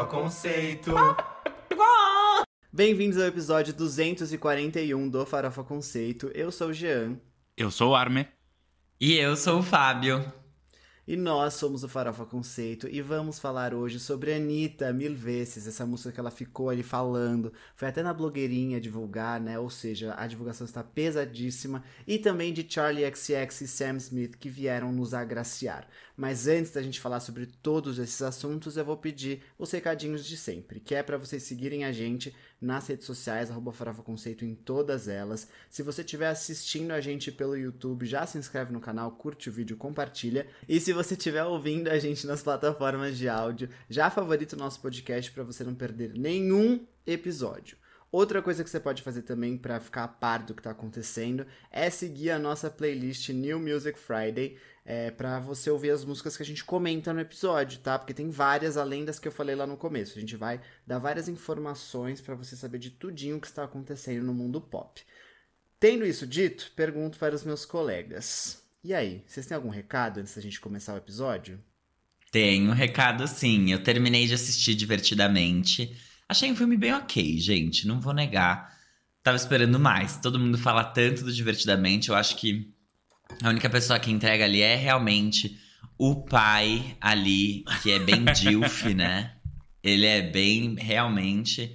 Conceito. Bem-vindos ao episódio 241 do Farofa Conceito. Eu sou o Jean. Eu sou o Arme. E eu sou o Fábio. E nós somos o Farofa Conceito e vamos falar hoje sobre Anitta Mil Vezes, essa música que ela ficou ali falando. Foi até na blogueirinha divulgar, né? Ou seja, a divulgação está pesadíssima. E também de Charli XCX e Sam Smith que vieram nos agraciar. Mas antes da gente falar sobre todos esses assuntos, eu vou pedir os recadinhos de sempre, que é para vocês seguirem a gente nas redes sociais, @farofaconceito em todas elas. Se você estiver assistindo a gente pelo YouTube, já se inscreve no canal, curte o vídeo, compartilha. E se você estiver ouvindo a gente nas plataformas de áudio, já favorita o nosso podcast para você não perder nenhum episódio. Outra coisa que você pode fazer também para ficar a par do que está acontecendo é seguir a nossa playlist New Music Friday, para você ouvir as músicas que a gente comenta no episódio, tá? Porque tem várias além das que eu falei lá no começo. A gente vai dar várias informações para você saber de tudinho que está acontecendo no mundo pop. Tendo isso dito, pergunto para os meus colegas. E aí, vocês têm algum recado antes da gente começar o episódio? Tenho um recado sim. Eu terminei de assistir Divertidamente. Achei um filme bem ok, gente. Não vou negar. Tava esperando mais. Todo mundo fala tanto do Divertidamente. Eu acho que a única pessoa que entrega ali é realmente o pai ali, que é bem Dilf, né? Ele é bem, realmente.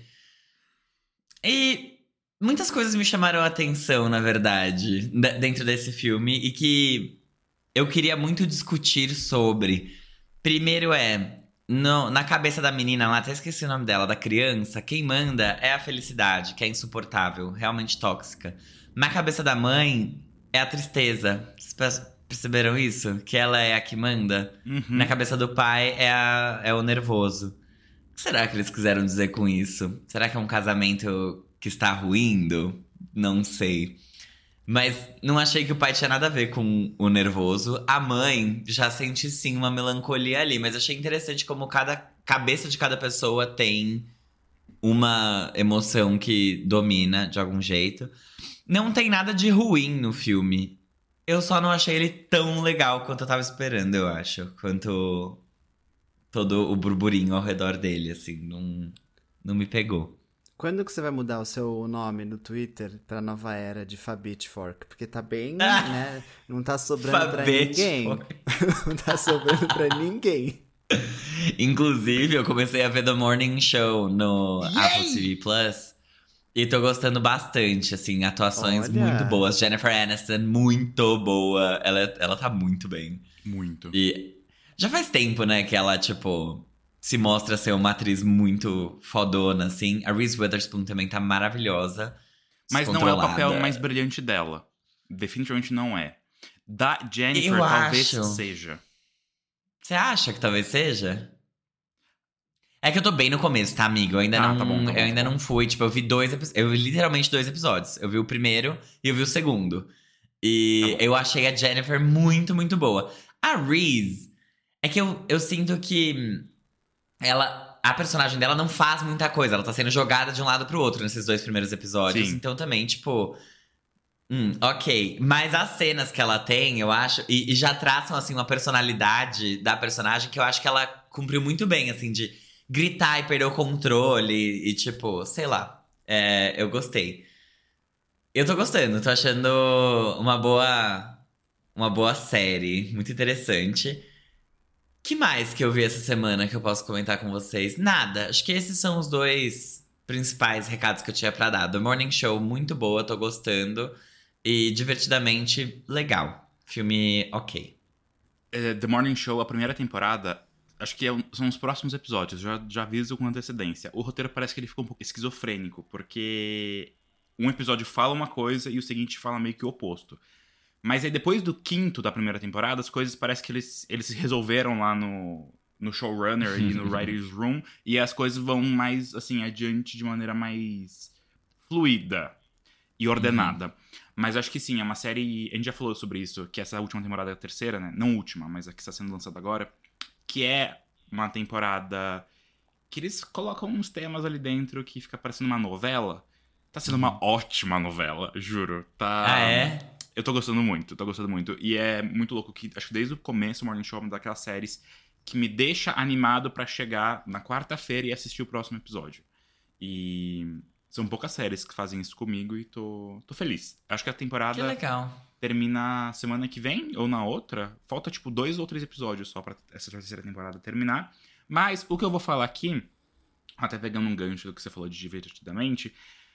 E muitas coisas me chamaram a atenção, na verdade, dentro desse filme. E que eu queria muito discutir sobre. Primeiro na cabeça da menina lá, até esqueci o nome dela, da criança, quem manda é a felicidade, que é insuportável, realmente tóxica. Na cabeça da mãe é a tristeza. Vocês perceberam isso? Que ela é a que manda? Uhum. Na cabeça do pai é o nervoso. O que será que eles quiseram dizer com isso? Será que é um casamento que está ruindo? Não sei. Mas não achei que o pai tinha nada a ver com o nervoso. A mãe já sente sim uma melancolia ali. Mas achei interessante como cada cabeça de cada pessoa tem uma emoção que domina de algum jeito. Não tem nada de ruim no filme. Eu só não achei ele tão legal quanto eu tava esperando, eu acho. Quanto todo o burburinho ao redor dele, assim. Não me pegou. Quando que você vai mudar o seu nome no Twitter pra nova era de Fabitchfork? Porque tá bem, né? Não tá sobrando pra ninguém. Não tá sobrando pra ninguém. Inclusive, eu comecei a ver The Morning Show no Apple TV Plus. E tô gostando bastante, assim, atuações muito boas. Jennifer Aniston, muito boa. Ela tá muito bem. Muito. E já faz tempo, né, que ela, tipo, se mostra ser uma atriz muito fodona, assim. A Reese Witherspoon também tá maravilhosa. Mas não é o papel mais brilhante dela. Definitivamente não é. Da Jennifer, talvez seja. Você acha que talvez seja? É que eu tô bem no começo, tá, amigo? Eu ainda não fui. Tipo, eu vi eu vi literalmente 2 episódios. Eu vi o primeiro e eu vi o segundo. E eu achei a Jennifer muito, muito boa. A Reese, é que eu sinto que a personagem dela não faz muita coisa. Ela tá sendo jogada de um lado pro outro nesses 2 primeiros episódios. Sim. Então também, tipo, ok. Mas as cenas que ela tem, eu acho, e já traçam, assim, uma personalidade da personagem que eu acho que ela cumpriu muito bem, assim, de gritar e perder o controle e tipo, sei lá. Eu gostei. Eu tô gostando, tô achando uma boa série, muito interessante. Que mais que eu vi essa semana que eu posso comentar com vocês? Nada, acho que esses são os 2 principais recados que eu tinha pra dar. The Morning Show, muito boa, tô gostando. E Divertidamente, legal. Filme ok. The Morning Show, a primeira temporada, acho que são os próximos episódios, já aviso com antecedência. O roteiro parece que ele ficou um pouco esquizofrênico, porque um episódio fala uma coisa e o seguinte fala meio que o oposto. Mas aí depois do 5º da primeira temporada, as coisas parece que eles se resolveram lá no showrunner e no writer's room, e as coisas vão mais, assim, adiante de maneira mais fluida e ordenada. Mas acho que sim, é uma série... A gente já falou sobre isso, que essa última temporada é a terceira, né? Não última, mas a que está sendo lançada agora. Que é uma temporada que eles colocam uns temas ali dentro que fica parecendo uma novela. Tá sendo uma ótima novela, juro. Tá... Ah, é? Eu tô gostando muito. E é muito louco que, acho que desde o começo, o Morning Show é uma daquelas séries que me deixa animado pra chegar na quarta-feira e assistir o próximo episódio. E são poucas séries que fazem isso comigo e tô feliz. Acho que a Que temporada legal. termina semana que vem ou na outra. Falta, 2 ou 3 episódios só pra essa terceira temporada terminar. Mas o que eu vou falar aqui, até pegando um gancho do que você falou de Divertidamente,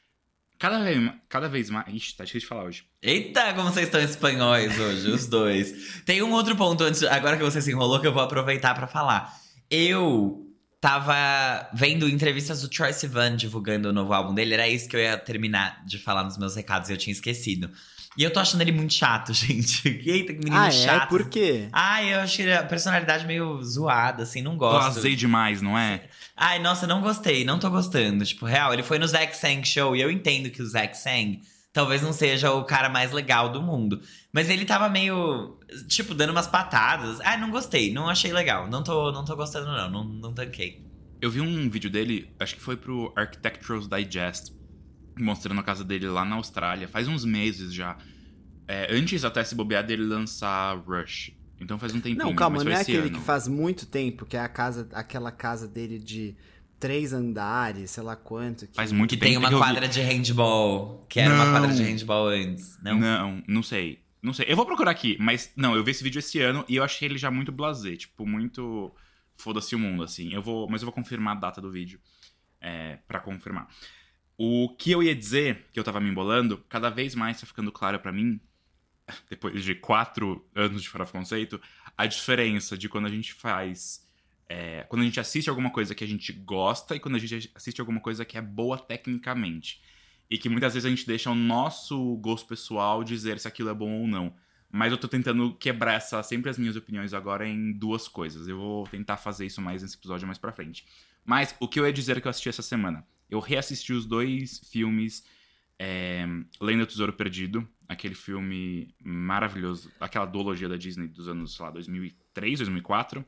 cada vez mais... Ixi, tá difícil de falar hoje. Eita, como vocês estão espanhóis hoje, os dois. Tem um outro ponto antes, agora que você se enrolou, que eu vou aproveitar pra falar. Eu tava vendo entrevistas do Troye Sivan divulgando o novo álbum dele, era isso que eu ia terminar de falar nos meus recados e eu tinha esquecido. E eu tô achando ele muito chato, gente. Eita, que menino chato. Por quê? Eu achei a personalidade meio zoada, assim, não gosto. Blasei demais, não é? Ai, nossa, não gostei, não tô gostando. Tipo, real, ele foi no Zack Sang Show e eu entendo que o Zack Sang talvez não seja o cara mais legal do mundo. Mas ele tava meio, tipo, dando umas patadas. Não gostei, não achei legal. Não tô gostando, não tanquei. Eu vi um vídeo dele, acho que foi pro Architectural Digest, mostrando a casa dele lá na Austrália, faz uns meses já. Antes até se bobear dele lançar Rush. Então faz um tempinho. Não, calma, mas não foi é esse aquele ano. que faz muito tempo, que é aquela casa dele de 3 andares, sei lá quanto. Faz muito Que tempo tem uma que eu vi. quadra de handball, que era uma Não. quadra de handball antes, não? Não sei. Não sei. Eu vou procurar aqui, mas não, eu vi esse vídeo esse ano e eu achei ele já muito blasé, tipo, muito foda-se o mundo, assim. Mas eu vou confirmar a data do vídeo pra confirmar. O que eu ia dizer, que eu tava me embolando, cada vez mais tá ficando claro pra mim, depois de 4 anos de Farofa Conceito, a diferença de quando a gente faz... quando a gente assiste alguma coisa que a gente gosta e quando a gente assiste alguma coisa que é boa tecnicamente. E que muitas vezes a gente deixa o nosso gosto pessoal dizer se aquilo é bom ou não. Mas eu tô tentando quebrar sempre as minhas opiniões agora em 2 coisas. Eu vou tentar fazer isso mais nesse episódio mais pra frente. Mas o que eu ia dizer que eu assisti essa semana? Eu reassisti os 2 filmes Lenda do Tesouro Perdido, aquele filme maravilhoso, aquela duologia da Disney dos anos, sei lá, 2003, 2004.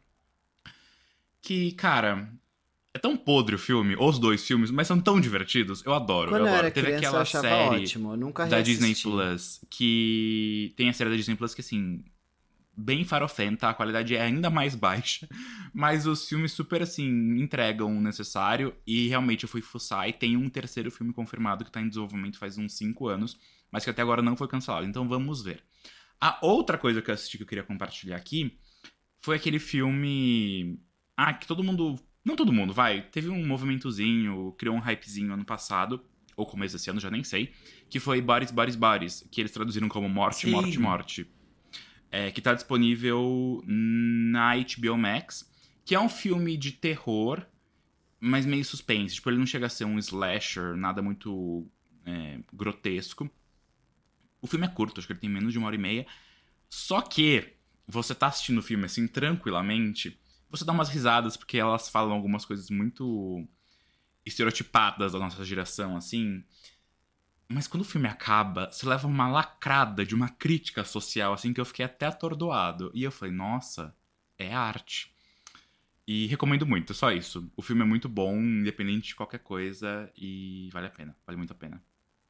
Que, cara... É tão podre o filme, os 2 filmes, mas são tão divertidos. Eu adoro, Quando eu adoro. era Teve criança, aquela eu achava série ótimo. Eu nunca da reassisti. Disney Plus, que tem a série da Disney Plus que, assim, bem farofenta, a qualidade é ainda mais baixa, mas os filmes super, assim, entregam o necessário e realmente eu fui fuçar e tem um terceiro filme confirmado que tá em desenvolvimento faz uns 5 anos, mas que até agora não foi cancelado, então vamos ver. A outra coisa que eu assisti que eu queria compartilhar aqui foi aquele filme... que todo mundo... Não todo mundo, vai. Teve um movimentozinho, criou um hypezinho ano passado, ou começo desse ano, já nem sei, que foi Bodies, Bodies, Bodies, que eles traduziram como Morte, Sim. Morte, Morte. Que tá disponível na HBO Max, que é um filme de terror, mas meio suspense. Tipo, ele não chega a ser um slasher, nada muito grotesco. O filme é curto, acho que ele tem menos de 1h30. Só que você tá assistindo o filme assim, tranquilamente... Você dá umas risadas, porque elas falam algumas coisas muito estereotipadas da nossa geração, assim. Mas quando o filme acaba, você leva uma lacrada de uma crítica social, assim, que eu fiquei até atordoado. E eu falei, nossa, é arte. E recomendo muito, só isso. O filme é muito bom, independente de qualquer coisa, e vale a pena, vale muito a pena.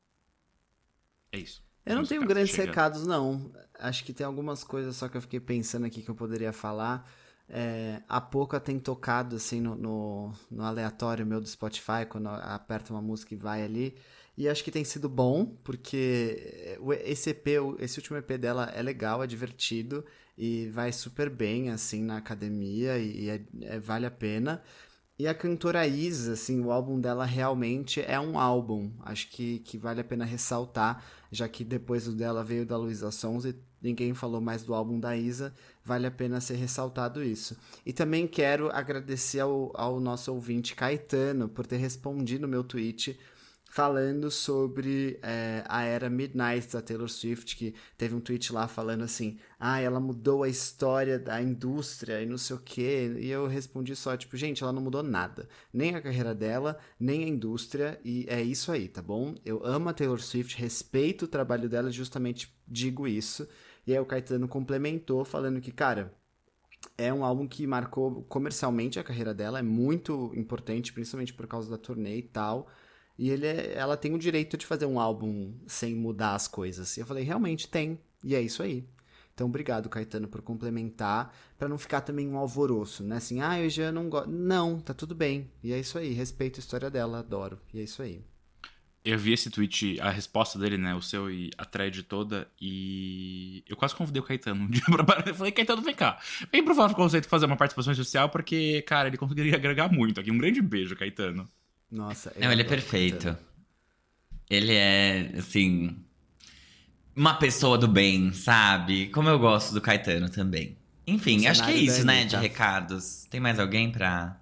É isso. Eu não Meus tenho recados, grandes chega. recados, não. Acho que tem algumas coisas só que eu fiquei pensando aqui que eu poderia falar. A Poca tem tocado assim no aleatório meu do Spotify, quando aperta uma música e vai ali. E acho que tem sido bom, porque esse último EP dela é legal, é divertido e vai super bem assim na academia e vale a pena. E a cantora Isa, assim, o álbum dela realmente é um álbum. Acho que vale a pena ressaltar, já que depois do dela veio da Luísa Sons e ninguém falou mais do álbum da Isa, vale a pena ser ressaltado isso. E também quero agradecer ao nosso ouvinte Caetano por ter respondido o meu tweet falando sobre a era Midnight da Taylor Swift, que teve um tweet lá falando assim, ela mudou a história da indústria e não sei o quê, e eu respondi só, tipo, gente, ela não mudou nada, nem a carreira dela, nem a indústria, e é isso aí, tá bom? Eu amo a Taylor Swift, respeito o trabalho dela, justamente digo isso, e aí o Caetano complementou falando que, cara, é um álbum que marcou comercialmente a carreira dela, é muito importante, principalmente por causa da turnê e tal, e ela tem o direito de fazer um álbum sem mudar as coisas. E eu falei, realmente tem. E é isso aí. Então, obrigado, Caetano, por complementar, pra não ficar também um alvoroço, né? Assim, o Jean não gosta. Não, tá tudo bem. E é isso aí, respeito a história dela, adoro. E é isso aí. Eu vi esse tweet, a resposta dele, né? O seu e a thread toda. E eu quase convidei o Caetano um dia pra parar. Eu falei, Caetano, vem cá. Vem pro Fala Conceito fazer uma participação social, porque, cara, ele conseguiria agregar muito aqui. Um grande beijo, Caetano. Nossa, Não, ele é perfeito. Caetano. Ele é, assim, uma pessoa do bem, sabe? Como eu gosto do Caetano também. Enfim, acho que é isso, né, de recados. Tem mais alguém pra...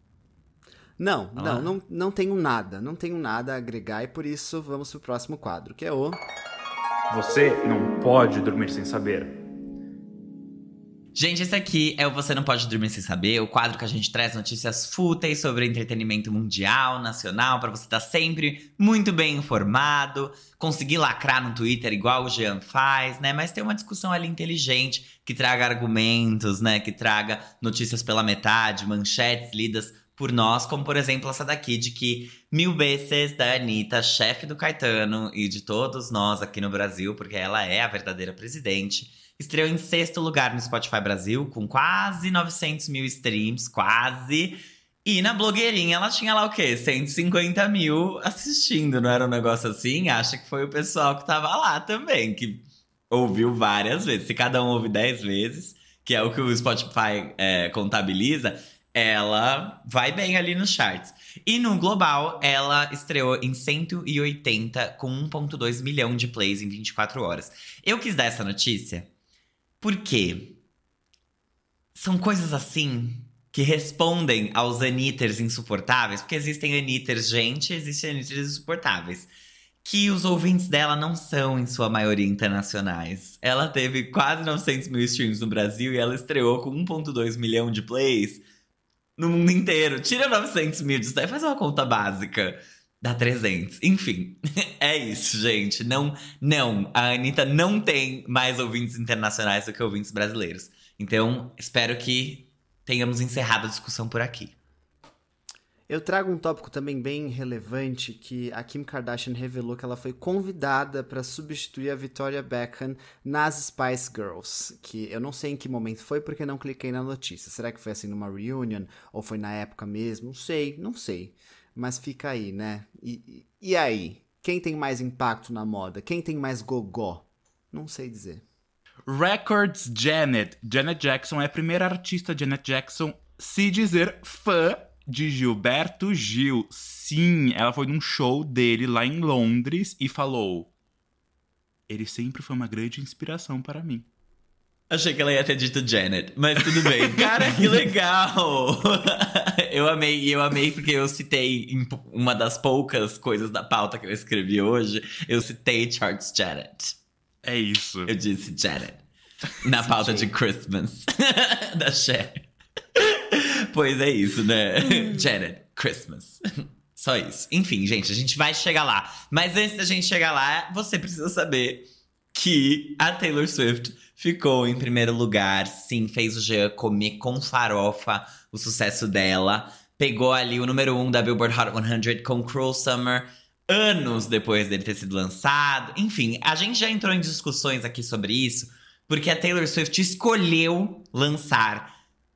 Não tenho nada. Não tenho nada a agregar e por isso vamos pro próximo quadro, que é o... Você não pode dormir sem saber. Gente, esse aqui é o Você Não Pode Dormir Sem Saber, o quadro que a gente traz notícias fúteis sobre entretenimento mundial, nacional, pra você estar sempre muito bem informado, conseguir lacrar no Twitter igual o Jean faz, né? Mas ter uma discussão ali inteligente, que traga argumentos, né? Que traga notícias pela metade, manchetes lidas por nós, como por exemplo essa daqui de que 1000 vezes da Anitta, chefe do Caetano e de todos nós aqui no Brasil, porque ela é a verdadeira presidente, estreou em 6º lugar no Spotify Brasil, com quase 900 mil streams, quase. E na blogueirinha ela tinha lá o quê? 150 mil assistindo, não era um negócio assim? Acha que foi o pessoal que tava lá também, que ouviu várias vezes. Se cada um ouve 10 vezes, que é o que o Spotify contabiliza, ela vai bem ali nos charts. E no global, ela estreou em 180 com 1,2 milhão de plays em 24 horas. Eu quis dar essa notícia porque são coisas assim que respondem aos Anitters insuportáveis. Porque existem Anitters gente, existem Anitters insuportáveis. Que os ouvintes dela não são, em sua maioria, internacionais. Ela teve quase 900 mil streams no Brasil e ela estreou com 1,2 milhão de plays no mundo inteiro. Tira 900 mil disso daí, faz uma conta básica. Dá 300. Enfim, é isso, gente. Não, a Anitta não tem mais ouvintes internacionais do que ouvintes brasileiros. Então, espero que tenhamos encerrado a discussão por aqui. Eu trago um tópico também bem relevante, que a Kim Kardashian revelou que ela foi convidada para substituir a Victoria Beckham nas Spice Girls, que eu não sei em que momento foi porque não cliquei na notícia. Será que foi assim numa reunion ou foi na época mesmo? Não sei. Mas fica aí, né? E aí? Quem tem mais impacto na moda? Quem tem mais gogó? Não sei dizer. Records Janet. Janet Jackson é a primeira artista Janet Jackson se dizer fã de Gilberto Gil. Sim, ela foi num show dele lá em Londres e falou: ele sempre foi uma grande inspiração para mim. Achei que ela ia ter dito Janet, mas tudo bem. Cara, que legal! Eu amei porque eu citei em uma das poucas coisas da pauta que eu escrevi hoje, eu citei Charles Janet. É isso. Eu disse Janet. Na pauta de Christmas da Cher. Pois é isso, né? Janet, Christmas. Só isso. Enfim, gente, a gente vai chegar lá. Mas antes da gente chegar lá, você precisa saber que a Taylor Swift ficou em primeiro lugar. Sim, fez o Jean comer com farofa o sucesso dela. Pegou ali o número 1 da Billboard Hot 100 com Cruel Summer, anos depois dele ter sido lançado. Enfim, a gente já entrou em discussões aqui sobre isso, porque a Taylor Swift escolheu lançar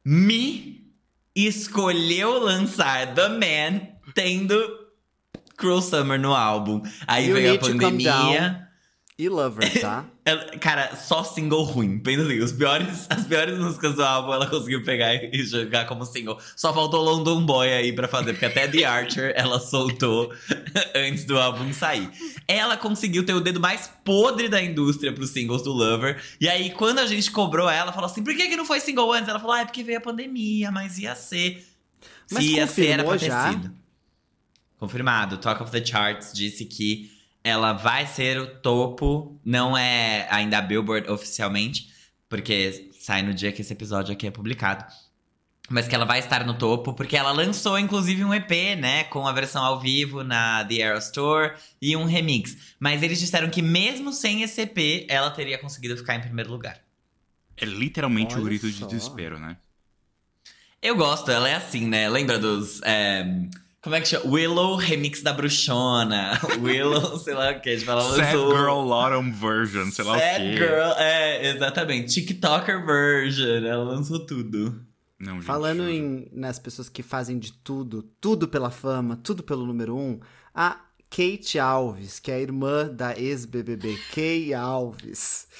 The Man tendo Cruel Summer no álbum. Aí veio a pandemia. E Lover, tá? Cara, só single ruim. Pensa assim, as piores músicas do álbum ela conseguiu pegar e jogar como single. Só faltou London Boy aí pra fazer, porque até The Archer ela soltou antes do álbum sair. Ela conseguiu ter o dedo mais podre da indústria pros singles do Lover. E aí, quando a gente cobrou ela, falou assim, por que não foi single antes? Ela falou, é porque veio a pandemia, mas ia ser. Mas se ia ser, era pra ter já? sido. Confirmado. Talk of the Charts disse que ela vai ser o topo, não é ainda a Billboard oficialmente, porque sai no dia que esse episódio aqui é publicado. Mas que ela vai estar no topo, porque ela lançou inclusive um EP, né, com a versão ao vivo na The Eras Tour e um remix. Mas eles disseram que mesmo sem esse EP, ela teria conseguido ficar em primeiro lugar. É literalmente o grito só. de desespero, né? Eu gosto, ela é assim, né? Lembra dos Como é que chama? Willow Remix da Bruxona. Willow, sei lá o que. Tipo, ela Sad lançou... Girl Autumn Version, sei lá o Sad quê. Girl, exatamente. TikToker version. Ela lançou tudo. Não, gente, Falando juro. nas pessoas que fazem de tudo, tudo pela fama, tudo pelo número 1, a Kate Alves, que é a irmã da ex-BBB, Kay Alves.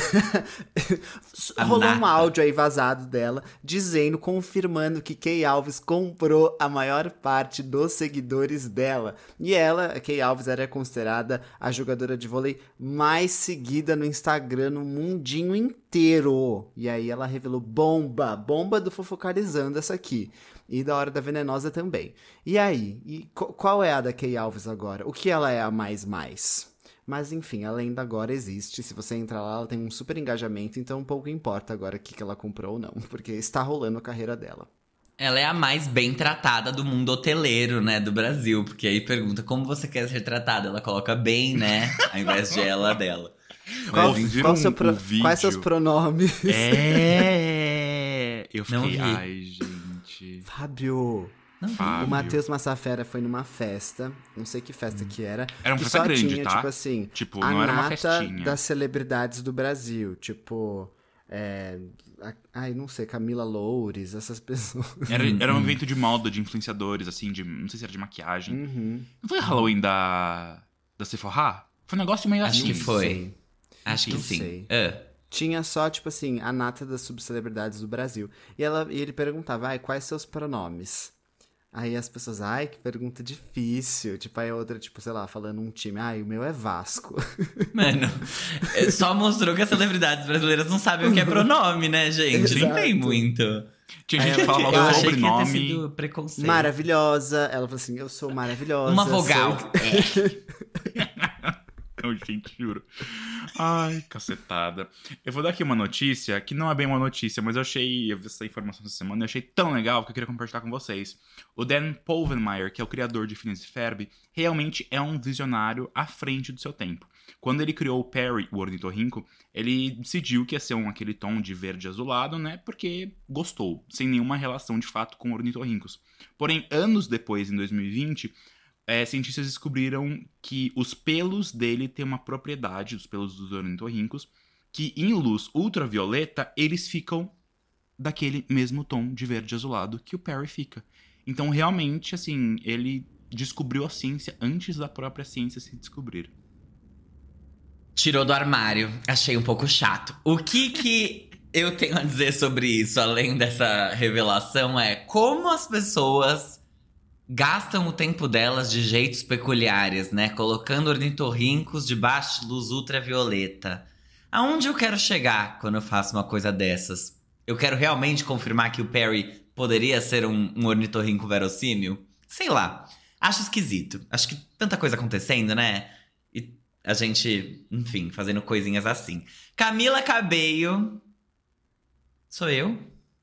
A Rolou um nata. áudio aí vazado dela, dizendo, confirmando que Kay Alves comprou a maior parte dos seguidores dela. E ela, a Kay Alves, era considerada a jogadora de vôlei mais seguida no Instagram no mundinho inteiro. E aí ela revelou bomba do Fofocarizando essa aqui. E da Hora da Venenosa também. E aí? Qual é a da Kay Alves agora? O que ela é a mais? Mas enfim, a lenda agora existe. Se você entrar lá, ela tem um super engajamento. Então pouco importa agora o que ela comprou ou não. Porque está rolando a carreira dela. Ela é a mais bem tratada do mundo hoteleiro, né, do Brasil. Porque aí pergunta como você quer ser tratada. Ela coloca bem, né, ao invés de ela dela. Vocês viram o vídeo? Quais seus pronomes? Eu Não fiquei, vi. ai, gente. Fábio. Fábio. O Matheus Massafera foi numa festa, não sei que festa que era. Era uma que festa só grande, tinha, tá? tipo assim, Tipo, a não era uma nata festinha. das celebridades do Brasil. Tipo, não sei, Camila Loures, essas pessoas. Era um evento de moda, de influenciadores, assim, não sei se era de maquiagem. Não foi Halloween da Sephora? Foi um negócio meio Acho assim. que foi. sei. Acho que Não sim. sei. Ah. Tinha só, tipo assim, a nata das subcelebridades do Brasil. E ele perguntava, quais seus pronomes? Aí as pessoas, que pergunta difícil. Tipo, aí a outra, tipo, sei lá, falando um time, o meu é Vasco. Mano, só mostrou que as celebridades brasileiras não sabem o que é pronome, né, gente? Nem tem Exato. muito. Tinha gente Aí que falava Eu o achei que ia ter sobrenome. sido preconceito. Maravilhosa. Ela falou assim, eu sou maravilhosa. Uma vogal. Não, gente, juro. Ai, cacetada. Eu vou dar aqui uma notícia, que não é bem uma notícia, mas eu vi essa informação essa semana e achei tão legal que eu queria compartilhar com vocês. O Dan Povenmire, que é o criador de Phineas e Ferb, realmente é um visionário à frente do seu tempo. Quando ele criou o Perry, o ornitorrinco, ele decidiu que ia ser aquele tom de verde azulado, né? Porque gostou, sem nenhuma relação de fato com ornitorrincos. Porém, anos depois, em 2020... cientistas descobriram que os pelos dele têm uma propriedade, os pelos dos ornitorrincos, que em luz ultravioleta eles ficam daquele mesmo tom de verde azulado que o Perry fica. Então, realmente, assim, ele descobriu a ciência antes da própria ciência se descobrir. Tirou do armário. Achei um pouco chato. O que eu tenho a dizer sobre isso, além dessa revelação, é como as pessoas gastam o tempo delas de jeitos peculiares, né? Colocando ornitorrincos debaixo de luz ultravioleta. Aonde eu quero chegar quando eu faço uma coisa dessas? Eu quero realmente confirmar que o Perry poderia ser um ornitorrinco verossímil? Sei lá. Acho esquisito. Acho que tanta coisa acontecendo, né? E a gente, enfim, fazendo coisinhas assim. Camila Cabello. Sou eu?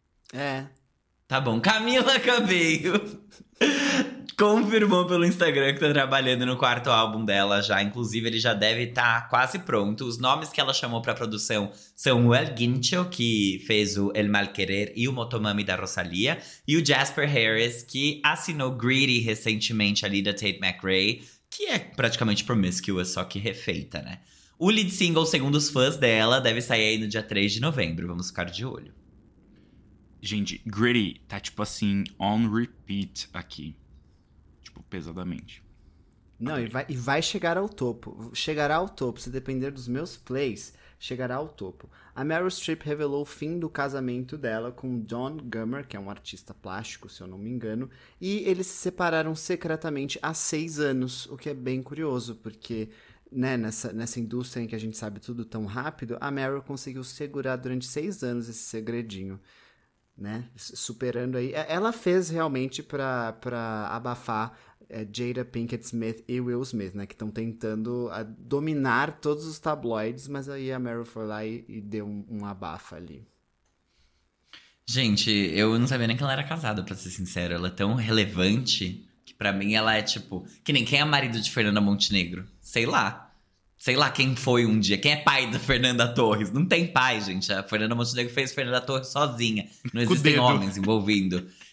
Tá bom. Camila Cabello confirmou pelo Instagram que tá trabalhando no quarto álbum dela já. Inclusive, ele já deve estar quase pronto. Os nomes que ela chamou pra produção são o El Guincho, que fez o El Mal Querer e o Motomami da Rosalía, e o Jasper Harris, que assinou Greedy recentemente ali da Tate McRae, que é praticamente Promiscuous, só que refeita, né? O lead single, segundo os fãs dela, deve sair aí no dia 3 de novembro. Vamos ficar de olho. Gente, Gritty tá, tipo assim, on repeat aqui. Tipo, pesadamente. Não, e vai chegar ao topo. Chegará ao topo. Se depender dos meus plays, chegará ao topo. A Meryl Streep revelou o fim do casamento dela com John Gummer, que é um artista plástico, se eu não me engano. E eles se separaram secretamente há 6 anos, o que é bem curioso, porque... né, nessa indústria em que a gente sabe tudo tão rápido, a Meryl conseguiu segurar durante 6 anos esse segredinho, né, superando aí. Ela fez realmente pra abafar Jada Pinkett Smith e Will Smith, né, que estão tentando dominar todos os tabloides, mas aí a Meryl foi lá e deu um abafa ali. Gente, eu não sabia nem que ela era casada, pra ser sincero. Ela é tão relevante que pra mim ela é tipo... que nem quem é marido de Fernanda Montenegro. Sei lá. Sei lá quem foi um dia. Quem é pai da Fernanda Torres? Não tem pai, gente. A Fernanda Montenegro fez Fernanda Torres sozinha. Não existem homens envolvindo.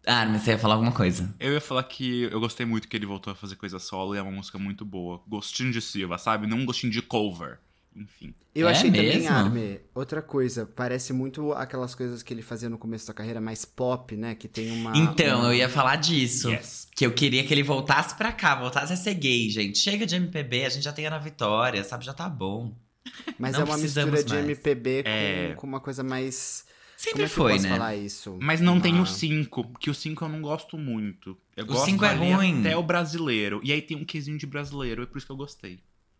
Ah, mas você ia falar alguma coisa. Eu ia falar que eu gostei muito que ele voltou a fazer coisa solo e é uma música muito boa. Gostinho de Silva, sabe? Não um gostinho de cover. Enfim. Eu É achei também, mesmo? Armin, outra coisa, parece muito aquelas coisas que ele fazia no começo da carreira, mais pop, né? Que tem Então, uma... eu ia falar disso. Yes. Que eu queria que ele voltasse pra cá, voltasse a ser gay, gente. Chega de MPB, a gente já tem Ana Vitória, sabe? Já tá bom. Mas não é uma precisamos mistura de mais. MPB É. com uma coisa mais... Sempre Como é que foi, eu posso né? falar isso? Mas não tem Uma- o 5, que o 5 eu não gosto muito. Eu O gosto 5 é ali ruim. até o brasileiro. E aí tem um quesinho de brasileiro, é por isso que eu gostei.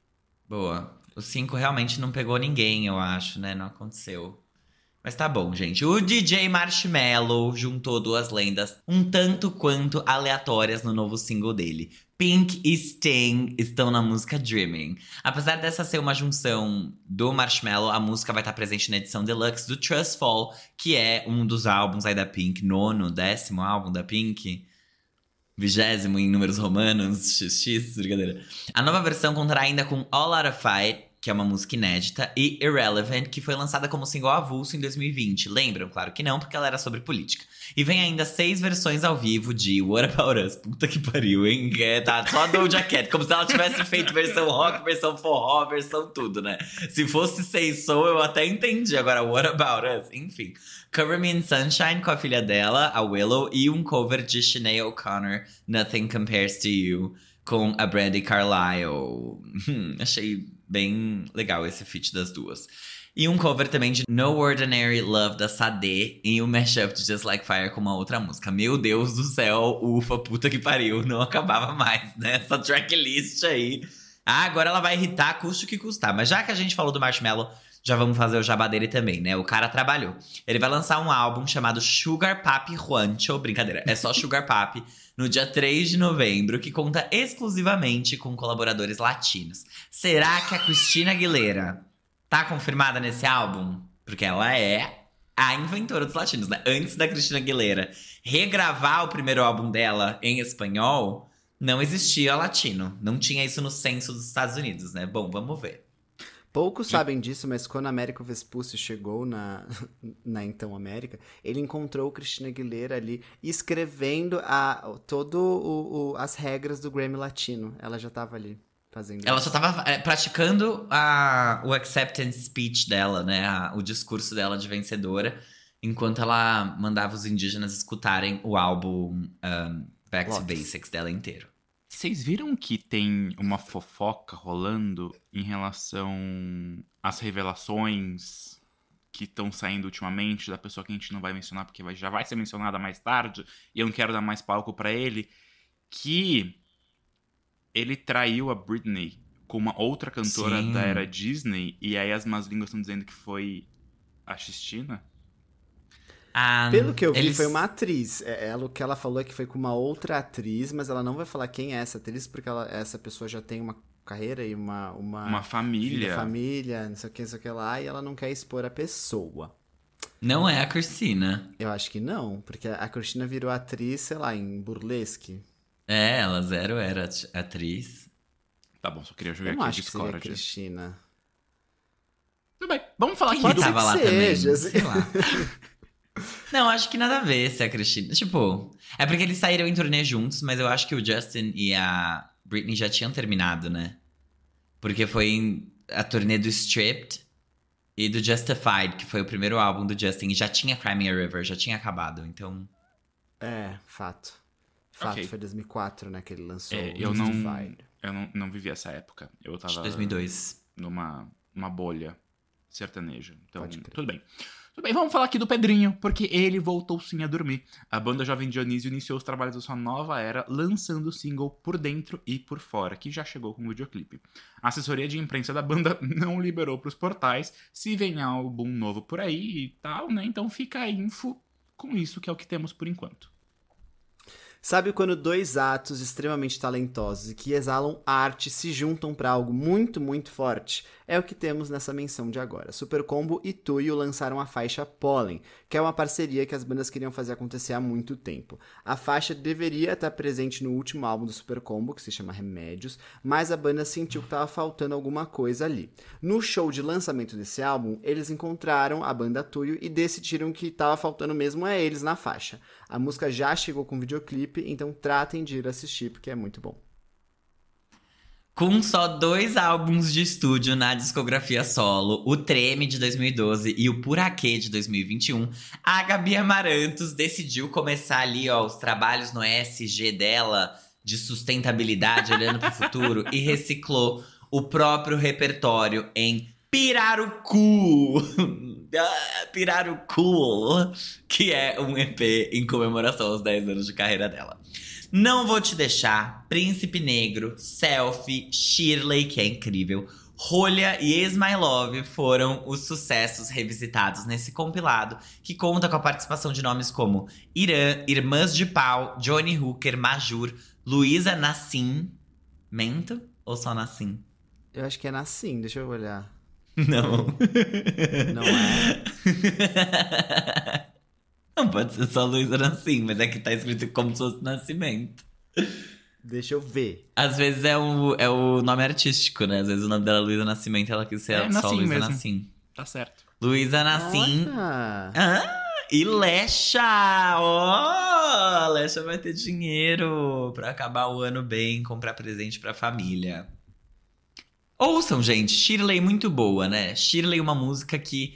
Boa. O 5 realmente não pegou ninguém, eu acho, né? Não aconteceu. Mas tá bom, gente. O DJ Marshmello juntou duas lendas um tanto quanto aleatórias no novo single dele. Pink e Sting estão na música Dreaming. Apesar dessa ser uma junção do Marshmello, a música vai estar presente na edição deluxe do Trust Fall, que é um dos álbuns aí da Pink, 10º álbum da Pink. 20º em números romanos, XX, brincadeira. A nova versão contará ainda com All Out of Fight, que é uma música inédita, e Irrelevant, que foi lançada como single avulso em 2020. Lembram? Claro que não, porque ela era sobre política. E vem ainda 6 versões ao vivo de What About Us? Puta que pariu, hein? Tá só a Doja Cat, como se ela tivesse feito versão rock, versão forró, versão tudo, né? Se fosse Say So, eu até entendi. Agora, What About Us? Enfim. Cover Me in Sunshine com a filha dela, a Willow, e um cover de Sinead O'Connor, Nothing Compares to You, com a Brandi Carlile. Achei bem legal esse feat das duas. E um cover também de No Ordinary Love da Sade e um mashup de Just Like Fire com uma outra música. Meu Deus do céu, ufa, puta que pariu, não acabava mais, né? Essa tracklist aí. Ah, agora ela vai irritar, custe o que custar. Mas já que a gente falou do Marshmello, já vamos fazer o jabá dele também, né? O cara trabalhou. Ele vai lançar um álbum chamado Sugar Papi Juancho. Brincadeira, é só Sugar Papi. No dia 3 de novembro, que conta exclusivamente com colaboradores latinos. Será que a Christina Aguilera tá confirmada nesse álbum? Porque ela é a inventora dos latinos, né? Antes da Christina Aguilera regravar o primeiro álbum dela em espanhol, não existia latino. Não tinha isso no censo dos Estados Unidos, né? Bom, vamos ver. Poucos sabem disso, mas quando Américo Vespucci chegou na então América, ele encontrou Christina Aguilera ali escrevendo as regras do Grammy Latino. Ela já tava ali fazendo Ela isso. só tava praticando o acceptance speech dela, né? O discurso dela de vencedora, enquanto ela mandava os indígenas escutarem o álbum Back to Lotus. Basics dela inteiro. Vocês viram que tem uma fofoca rolando em relação às revelações que estão saindo ultimamente da pessoa que a gente não vai mencionar porque já vai ser mencionada mais tarde e eu não quero dar mais palco pra ele, que ele traiu a Britney com uma outra cantora Sim. da era Disney e aí as más línguas estão dizendo que foi a Christina? Pelo que eu vi, eles- foi uma atriz. O que ela falou é que foi com uma outra atriz, mas ela não vai falar quem é essa atriz, porque essa pessoa já tem uma carreira e uma Uma filha, família. família, não sei o que lá, e ela não quer expor a pessoa. Não é a Christina. Eu acho que não, porque a Cristina virou atriz, sei lá, em burlesque. É, ela zero era atriz. Tá bom, só queria Eu jogar não aqui a acho que seria a discórdia. Cristina. Tudo bem, vamos falar aqui Quem do... que tava lá que também? seja, Sei lá. Não, acho que nada a ver se é a Christina. Tipo, é porque eles saíram em turnê juntos, mas eu acho que o Justin e a Britney já tinham terminado, né? Porque foi a turnê do Stripped e do Justified, que foi o primeiro álbum do Justin. E já tinha Cry Me a River, já tinha acabado, então... Fato. Fato, Ok. foi 2004, né, que ele lançou eu não, Justified. eu não vivi essa época. Eu Acho tava 2002. numa bolha sertaneja. Então, Pode crer. tudo bem. Tudo bem, vamos falar aqui do Pedrinho, porque ele voltou sim a dormir. A banda Jovem Dionísio iniciou os trabalhos da sua nova era, lançando o single Por Dentro e Por Fora, que já chegou com o videoclipe. A assessoria de imprensa da banda não liberou para os portais se vem álbum novo por aí e tal, né? Então fica a info com isso, que é o que temos por enquanto. Sabe quando dois atos extremamente talentosos e que exalam arte se juntam para algo muito, muito forte? É o que temos nessa menção de agora. Super Combo e Tuyo lançaram a faixa Pollen, que é uma parceria que as bandas queriam fazer acontecer há muito tempo. A faixa deveria estar presente no último álbum do Super Combo, que se chama Remédios, mas a banda sentiu que estava faltando alguma coisa ali. No show de lançamento desse álbum, eles encontraram a banda Tuyo e decidiram que estava faltando mesmo a eles na faixa. A música já chegou com videoclipe, então tratem de ir assistir, porque é muito bom. Com só 2 álbuns de estúdio na discografia solo, o Treme de 2012 e o Puraquê de 2021, a Gabi Amarantos decidiu começar ali, ó, os trabalhos no ESG dela de sustentabilidade, olhando pro futuro, e reciclou o próprio repertório em Pirarucu. Pirarucu, que é um EP em comemoração aos 10 anos de carreira dela. Não Vou Te Deixar, Príncipe Negro, Selfie, Shirley, que é incrível, Rolha e Is My Love foram os sucessos revisitados nesse compilado, que conta com a participação de nomes como Irã, Irmãs de Pau, Johnny Hooker, Majur, Luísa Nassim. Mento ou só Nassim? Eu acho que é Nassim, deixa eu olhar. Não. Não é? Não pode ser só Luísa Nassim, mas é que tá escrito como se fosse Nascimento. Deixa eu ver. Às vezes é o nome artístico, né? Às vezes o nome dela é Luísa Nascimento, ela quis ser só Nassim Luísa mesmo. Nassim. Tá certo. Luísa Nassim. Olha! E Lecha! Ó! Lecha vai ter dinheiro pra acabar o ano bem, comprar presente pra família. Ouçam, gente, Shirley muito boa, né? Shirley, uma música que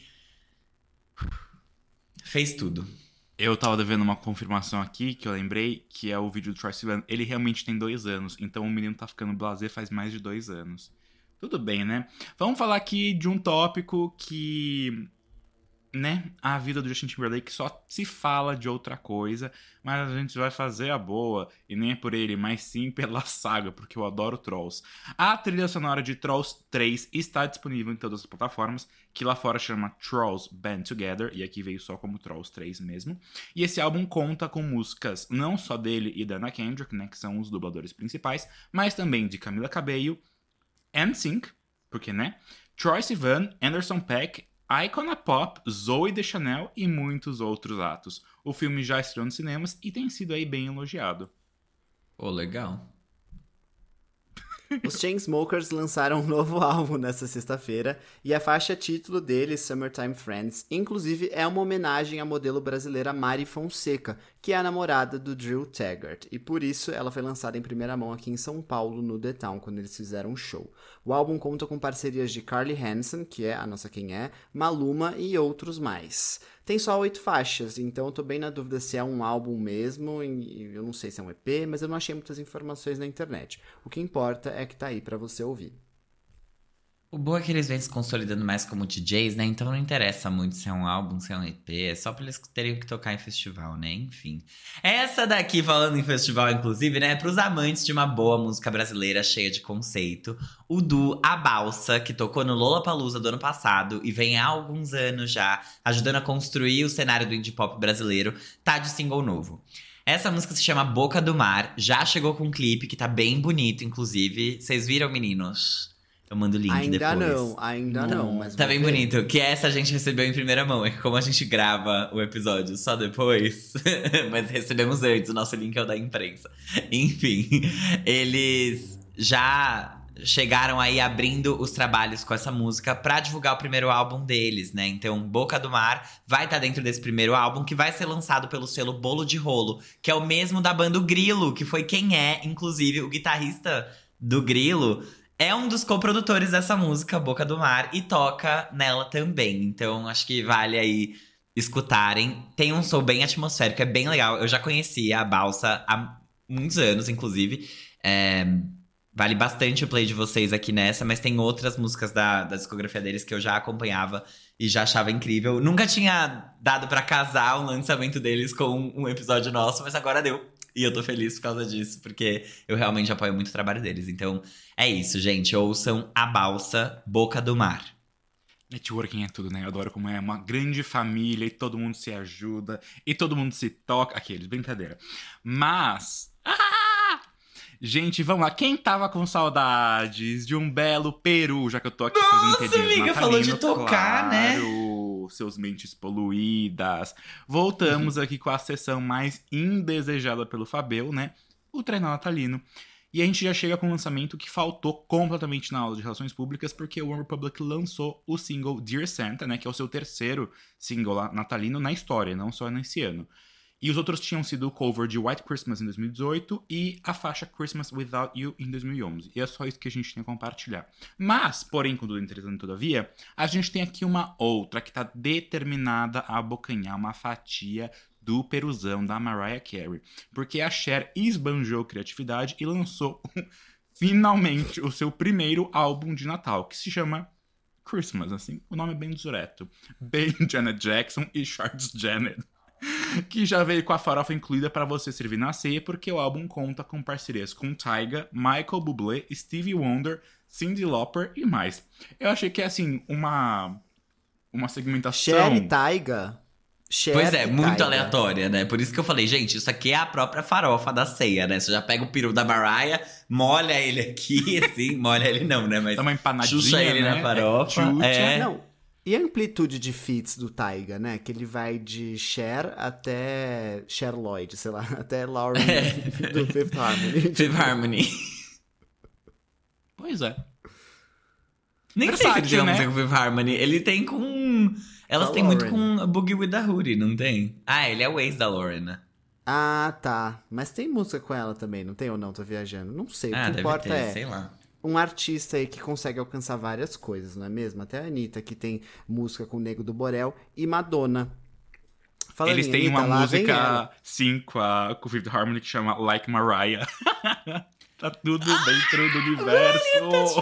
fez tudo. Eu tava devendo uma confirmação aqui, que eu lembrei, que é o vídeo do Troye Sivan. Ele realmente tem 2 anos, então o menino tá ficando blasé faz mais de 2 anos. Tudo bem, né? Vamos falar aqui de um tópico que, né, a vida do Justin Timberlake só se fala de outra coisa, mas a gente vai fazer a boa, e nem é por ele, mas sim pela saga, porque eu adoro Trolls. A trilha sonora de Trolls 3 está disponível em todas as plataformas, que lá fora chama Trolls Band Together, e aqui veio só como Trolls 3 mesmo. E esse álbum conta com músicas não só dele e da Anna Kendrick, né, que são os dubladores principais, mas também de Camila Cabello, NSYNC, porque, né, Troye Sivan, Anderson .Paak, Icona Pop, Zooey Deschanel e muitos outros atos. O filme já estreou nos cinemas e tem sido aí bem elogiado. Pô, legal. Os Chainsmokers lançaram um novo álbum nesta sexta-feira e a faixa título deles, Summertime Friends, inclusive é uma homenagem à modelo brasileira Mari Fonseca, que é a namorada do Drew Taggart, e por isso ela foi lançada em primeira mão aqui em São Paulo, no The Town, quando eles fizeram um show. O álbum conta com parcerias de Carly Hansen, que é a nossa quem é, Maluma e outros mais. Tem só 8 faixas, então eu tô bem na dúvida se é um álbum mesmo, e eu não sei se é um EP, mas eu não achei muitas informações na internet. O que importa é que tá aí pra você ouvir. O bom é que eles vêm se consolidando mais como DJs, né? Então não interessa muito se é um álbum, se é um EP. É só pra eles terem que tocar em festival, né? Enfim. Essa daqui, falando em festival, inclusive, né? Pros amantes de uma boa música brasileira cheia de conceito. O duo A Balsa, que tocou no Lollapalooza do ano passado e vem há alguns anos já ajudando a construir o cenário do indie pop brasileiro, tá de single novo. Essa música se chama Boca do Mar, já chegou com um clipe que tá bem bonito, inclusive. Vocês viram, meninos? Eu mando o link depois. Ainda não, mas Tá vou bem ver. bonito. Que essa a gente recebeu em primeira mão. É que como a gente grava o episódio só depois, mas recebemos antes, o nosso link é o da imprensa. Enfim, eles já chegaram aí abrindo os trabalhos com essa música pra divulgar o primeiro álbum deles, né? Então, Boca do Mar vai estar dentro desse primeiro álbum, que vai ser lançado pelo selo Bolo de Rolo, que é o mesmo da banda Grilo, que foi quem é, inclusive, o guitarrista do Grilo. É um dos coprodutores dessa música, Boca do Mar, e toca nela também. Então, acho que vale aí escutarem. Tem um som bem atmosférico, é bem legal. Eu já conhecia a Balsa há muitos anos, inclusive. Vale bastante o play de vocês aqui nessa, mas tem outras músicas da discografia deles que eu já acompanhava e já achava incrível. Nunca tinha dado pra casar o lançamento deles com um episódio nosso, mas agora deu. E eu tô feliz por causa disso, porque eu realmente apoio muito o trabalho deles. Então, é isso, gente. Ouçam A Balsa, Boca do Mar. Networking é tudo, né? Eu adoro como é uma grande família e todo mundo se ajuda e todo mundo se toca. Aqueles, brincadeira. Mas. Gente, vamos lá. Quem tava com saudades de um belo peru, já que eu tô aqui fazendo Nossa, pedinho amiga, falou de tocar, né? Seus mentes poluídas. Voltamos aqui com a sessão mais indesejada pelo Fabel, né? O trenó natalino. E a gente já chega com um lançamento que faltou completamente na aula de Relações Públicas, porque o OneRepublic lançou o single Dear Santa, né? Que é o seu terceiro single natalino na história, não só nesse ano. E os outros tinham sido o cover de White Christmas em 2018 e a faixa Christmas Without You em 2011. E é só isso que a gente tem a compartilhar. Mas, porém, contudo, entretanto, todavia, a gente tem aqui uma outra que está determinada a abocanhar uma fatia do peruzão da Mariah Carey. Porque a Cher esbanjou criatividade e lançou finalmente o seu primeiro álbum de Natal, que se chama Christmas, assim, o nome é bem direto. Bem Janet Jackson e Charles Janet. Que já veio com a farofa incluída para você servir na ceia, porque o álbum conta com parcerias com Tyga, Michael Bublé, Stevie Wonder, Cyndi Lauper e mais. Eu achei que é, assim, uma segmentação... Cher e Tyga? Cher Pois é, e muito Tyga. aleatória, né? Por isso que eu falei, gente, isso aqui é a própria farofa da ceia, né? Você já pega o peru da Mariah, molha ele aqui, assim, molha ele não, né? Mas dá uma empanadinha, chucha ele né? na farofa. É. Não. E a amplitude de feats do Tyga, né? Que ele vai de Cher até Cher Lloyd, sei lá, até Lauren do Fifth Harmony. Fifth Harmony. Pois é. Nem sei se ele Versátil, tem uma né? música com Fifth Harmony. Ele tem com... Elas Com a têm muito Lauren. com a Boogie with the Hoodie, não tem? Ah, ele é o ex da Lauren, né? Ah, tá. Mas tem música com ela também, não tem ou não? Tô viajando. Não sei, o Ah, que deve importa ter, é sei lá. um artista aí que consegue alcançar várias coisas, não é mesmo? Até a Anitta, que tem música com o Nego do Borel, e Madonna. Falando Eles em têm Anitta, uma lá vem ela. música, sim, com o Fifth Harmony que chama Like Mariah. Tá tudo dentro do universo.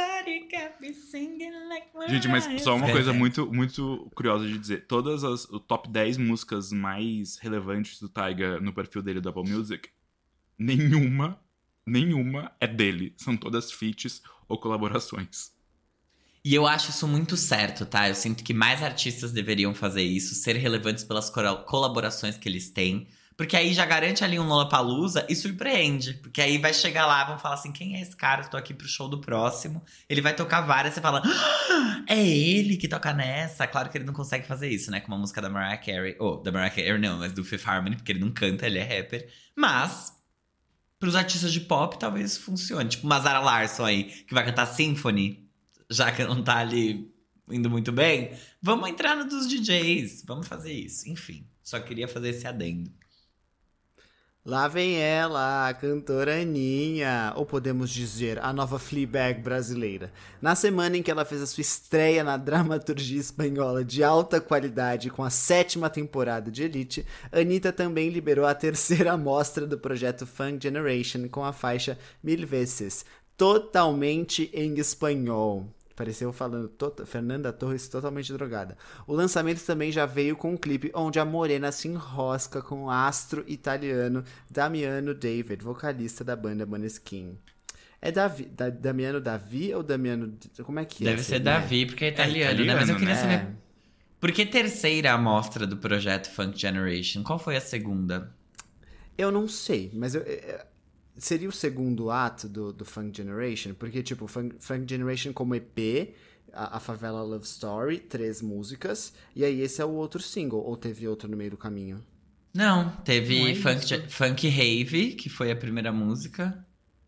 Gente, mas só uma coisa muito, muito curiosa de dizer. Todas o top 10 músicas mais relevantes do Tyga no perfil dele do Apple Music, nenhuma é dele. São todas feats ou colaborações. E eu acho isso muito certo, tá? Eu sinto que mais artistas deveriam fazer isso, ser relevantes pelas colaborações que eles têm. Porque aí já garante ali um Lollapalooza e surpreende. Porque aí vai chegar lá, vão falar assim, quem é esse cara? Eu tô aqui pro show do próximo. Ele vai tocar várias, você fala, é ele que toca nessa? Claro que ele não consegue fazer isso, né? Com uma música da Mariah Carey. Ou, da Mariah Carey não, mas do Fifth Harmony, porque ele não canta, ele é rapper. Mas, pros artistas de pop, talvez isso funcione. Tipo uma Zara Larsson aí, que vai cantar Symphony, já que não tá ali indo muito bem. Vamos entrar no dos DJs, vamos fazer isso. Enfim, só queria fazer esse adendo. Lá vem ela, a cantora Aninha, ou podemos dizer, a nova Fleabag brasileira. Na semana em que ela fez a sua estreia na dramaturgia espanhola de alta qualidade com a 7ª temporada de Elite, Anitta também liberou a 3ª amostra do projeto Funk Generation com a faixa Mil Veces, totalmente em espanhol. Pareceu falando Fernanda Torres totalmente drogada. O lançamento também já veio com um clipe onde a morena se enrosca com o astro italiano Damiano David, vocalista da banda Måneskin. É Damiano Davi ou Damiano... Como é que é? Deve ser Davi, porque é italiano, né? italiano, Mas eu queria né? saber, por que terceira amostra do projeto Funk Generation? Qual foi a segunda? Eu não sei, mas seria o segundo ato do Funk Generation, porque, tipo, Funk Generation como EP, a Favela Love Story, 3 músicas, e aí esse é o outro single, ou teve outro no meio do caminho? Não, teve Não é Funk Rave, que foi a primeira música.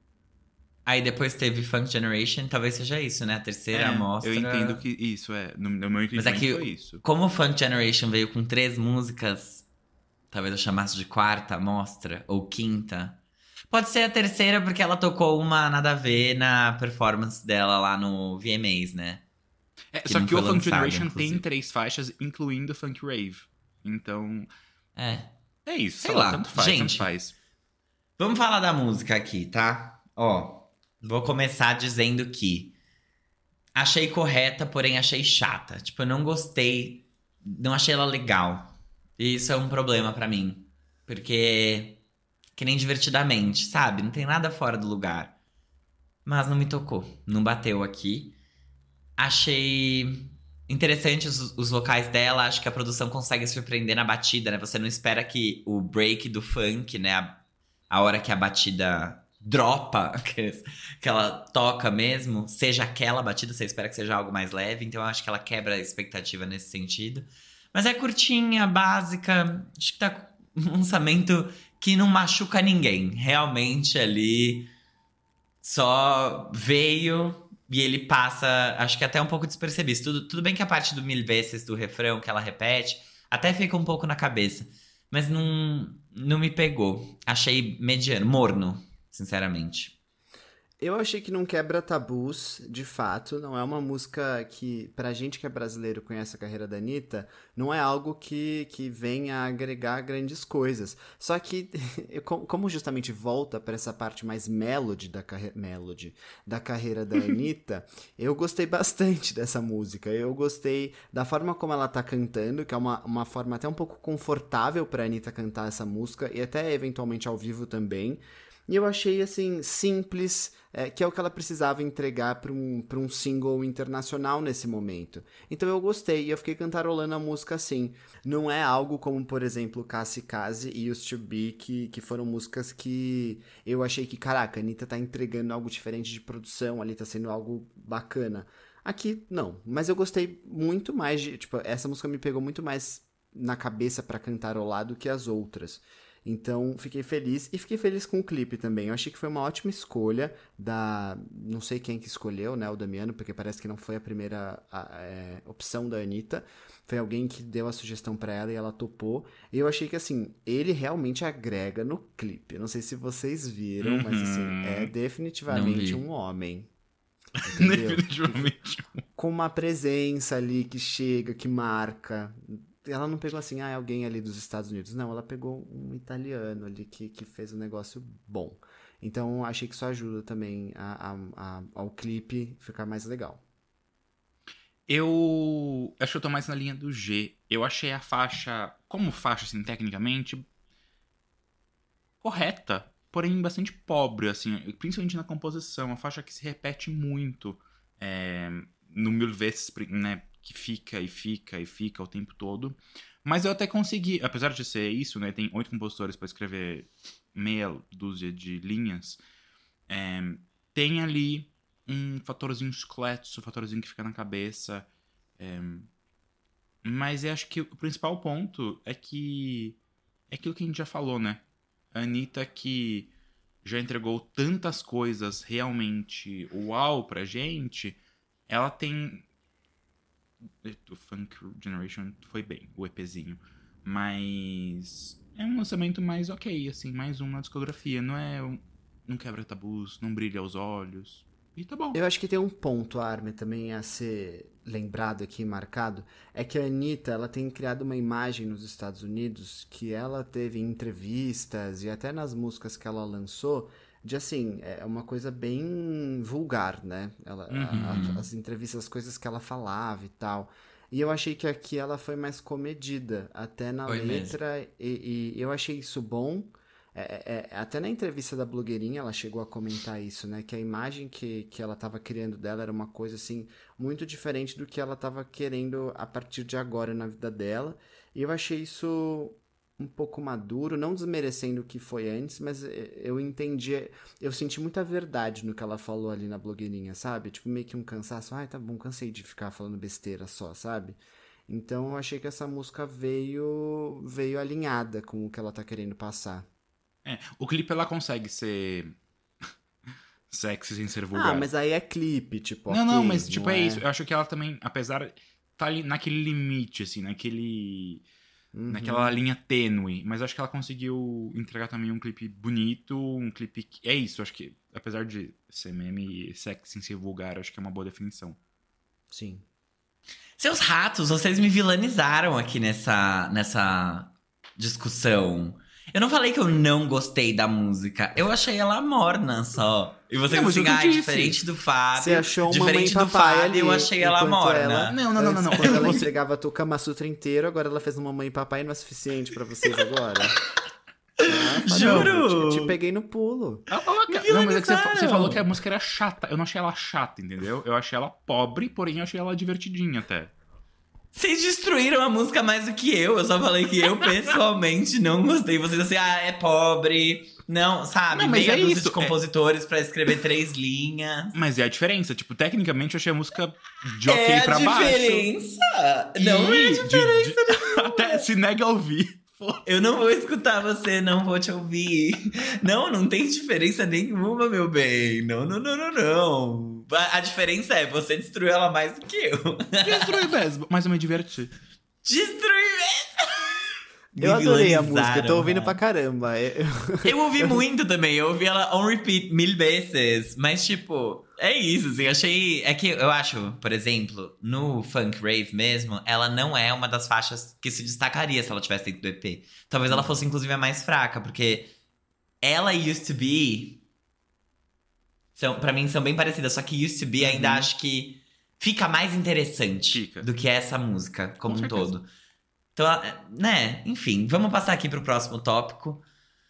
Aí depois teve Funk Generation, talvez seja isso, né? A terceira amostra. Eu entendo que isso no meu Mas entendimento é que, foi isso. como o Funk Generation veio com 3 músicas, talvez eu chamasse de quarta amostra, ou quinta. Pode ser a terceira, porque ela tocou uma nada a ver na performance dela lá no VMAs, né? Que Só não que o foi Funk lançado, Generation inclusive. tem 3 faixas, incluindo Funk Rave. Então, É. é isso. Sei lá. Tanto faz, Gente, tanto faz. Vamos falar da música aqui, tá? Ó, vou começar dizendo que achei correta, porém achei chata. Tipo, eu não gostei, não achei ela legal. E isso é um problema pra mim. Porque, que nem Divertidamente, sabe? Não tem nada fora do lugar. Mas não me tocou, não bateu aqui. Achei Interessantes os vocais dela. Acho que a produção consegue surpreender na batida, né? Você não espera que o break do funk, né? A hora que a batida dropa, que ela toca mesmo, seja aquela batida. Você espera que seja algo mais leve. Então eu acho que ela quebra a expectativa nesse sentido. Mas é curtinha, básica. Acho que tá um lançamento que não machuca ninguém. Realmente ali só veio... E ele passa, acho que até um pouco despercebido. Tudo bem que a parte do mil vezes do refrão que ela repete, até fica um pouco na cabeça. Mas não me pegou. Achei mediano, morno, sinceramente. Eu achei que não quebra tabus, de fato. Não é uma música que, pra gente que é brasileiro e conhece a carreira da Anitta, não é algo que venha agregar grandes coisas. Só que, como justamente volta pra essa parte mais melody da carreira da Anitta, eu gostei bastante dessa música. Eu gostei da forma como ela tá cantando, que é uma forma até um pouco confortável pra Anitta cantar essa música, e até eventualmente ao vivo também. E eu achei, assim, simples, que é o que ela precisava entregar para um single internacional nesse momento. Então eu gostei e eu fiquei cantarolando a música assim. Não é algo como, por exemplo, Cassi Casi e Used to Be, que foram músicas que eu achei que, caraca, a Anitta tá entregando algo diferente de produção, ali tá sendo algo bacana. Aqui, não. Mas eu gostei muito mais de... Tipo, essa música me pegou muito mais na cabeça para cantarolar do que as outras. Então, fiquei feliz. E fiquei feliz com o clipe também. Eu achei que foi uma ótima escolha da... Não sei quem que escolheu, né? O Damiano, porque parece que não foi a primeira opção da Anitta. Foi alguém que deu a sugestão pra ela e ela topou. E eu achei que, assim, ele realmente agrega no clipe. Eu não sei se vocês viram, mas, assim, é definitivamente um homem. Entendeu? Definitivamente. Com uma presença ali que chega, que marca... Ela não pegou assim, alguém ali dos Estados Unidos. Não, ela pegou um italiano ali que fez um negócio bom. Então, achei que isso ajuda também ao clipe ficar mais legal. Eu acho que eu tô mais na linha do G. Eu achei a faixa, como faixa, assim, tecnicamente, correta, porém bastante pobre, assim, principalmente na composição. Uma faixa que se repete muito no mil vezes, né? Que fica e fica e fica o tempo todo. Mas eu até consegui, apesar de ser isso, né? Tem 8 compositores para escrever meia dúzia de linhas. Tem ali um fatorzinho chiclete, um fatorzinho que fica na cabeça. Mas eu acho que o principal ponto é que é aquilo que a gente já falou, né? A Anitta, que já entregou tantas coisas realmente uau pra gente, ela tem... O Funk Generation foi bem, o EPzinho. Mas é um lançamento mais ok, assim, mais um na discografia. Não quebra tabus, não brilha aos olhos. E tá bom. Eu acho que tem um ponto, Armin, também a ser lembrado aqui, marcado. É que a Anitta, ela tem criado uma imagem nos Estados Unidos que ela teve em entrevistas e até nas músicas que ela lançou... De assim, é uma coisa bem vulgar, né? As entrevistas, as coisas que ela falava e tal. E eu achei que aqui ela foi mais comedida, até na letra. E eu achei isso bom. Até na entrevista da blogueirinha ela chegou a comentar isso, né? Que a imagem que ela estava criando dela era uma coisa, assim, muito diferente do que ela estava querendo a partir de agora na vida dela. E eu achei isso... um pouco maduro, não desmerecendo o que foi antes, mas eu entendi, eu senti muita verdade no que ela falou ali na blogueirinha, sabe? Tipo, meio que um cansaço, tá bom, cansei de ficar falando besteira só, sabe? Então eu achei que essa música veio alinhada com o que ela tá querendo passar. O clipe ela consegue ser sexy sem ser vulgar. Mas aí é clipe, tipo, Não, mas tipo, é isso. Eu acho que ela também, apesar, tá ali naquele limite, assim, naquela linha tênue, mas acho que ela conseguiu entregar também um clipe bonito, um clipe que... É isso, acho que, apesar de ser meme e sexy sem ser vulgar, acho que é uma boa definição. Sim. Seus ratos, vocês me vilanizaram aqui nessa discussão. Eu não falei que eu não gostei da música. Eu achei ela morna só. E você disse assim, diferente do Fábio. Você achou uma mãe diferente do papai Fábio, ali, eu achei ela morna. Não. Quando ela entregava o Kama Sutra inteiro, agora ela fez uma mãe e papai, não é suficiente pra vocês agora? Juro! Eu te peguei no pulo. Não, mas é que você falou que a música era chata. Eu não achei ela chata, entendeu? Eu achei ela pobre, porém eu achei ela divertidinha até. Vocês destruíram a música mais do que eu. Eu só falei que eu, pessoalmente, não gostei. Vocês assim, é pobre. Não, sabe? Não, mas meia é dúzia isso, de compositores pra escrever 3 linhas. Mas é a diferença. Tipo, tecnicamente eu achei a música de ok pra baixo. É a diferença. Não é diferença. Até se nega a ouvir. Eu não vou escutar você, não vou te ouvir. Não tem diferença nenhuma, meu bem. Não. A diferença é, você destruiu ela mais do que eu. Destrui mesmo. Mas eu me diverti. Destruiu mesmo. Eu adorei a música, Vilanizaram, tô ouvindo né? pra caramba. Eu ouvi muito também, eu ouvi ela on repeat 1000 vezes. Mas, tipo, é isso, assim, achei. É que eu acho, por exemplo, no Funk Rave mesmo, ela não é uma das faixas que se destacaria se ela tivesse dentro do EP. Talvez ela fosse, inclusive, a mais fraca, porque ela e Used to Be. Pra mim, são bem parecidas, só que Used to Be ainda acho que fica mais interessante Fica. do que essa música como Com um certeza. todo. Então, né, enfim, vamos passar aqui pro próximo tópico.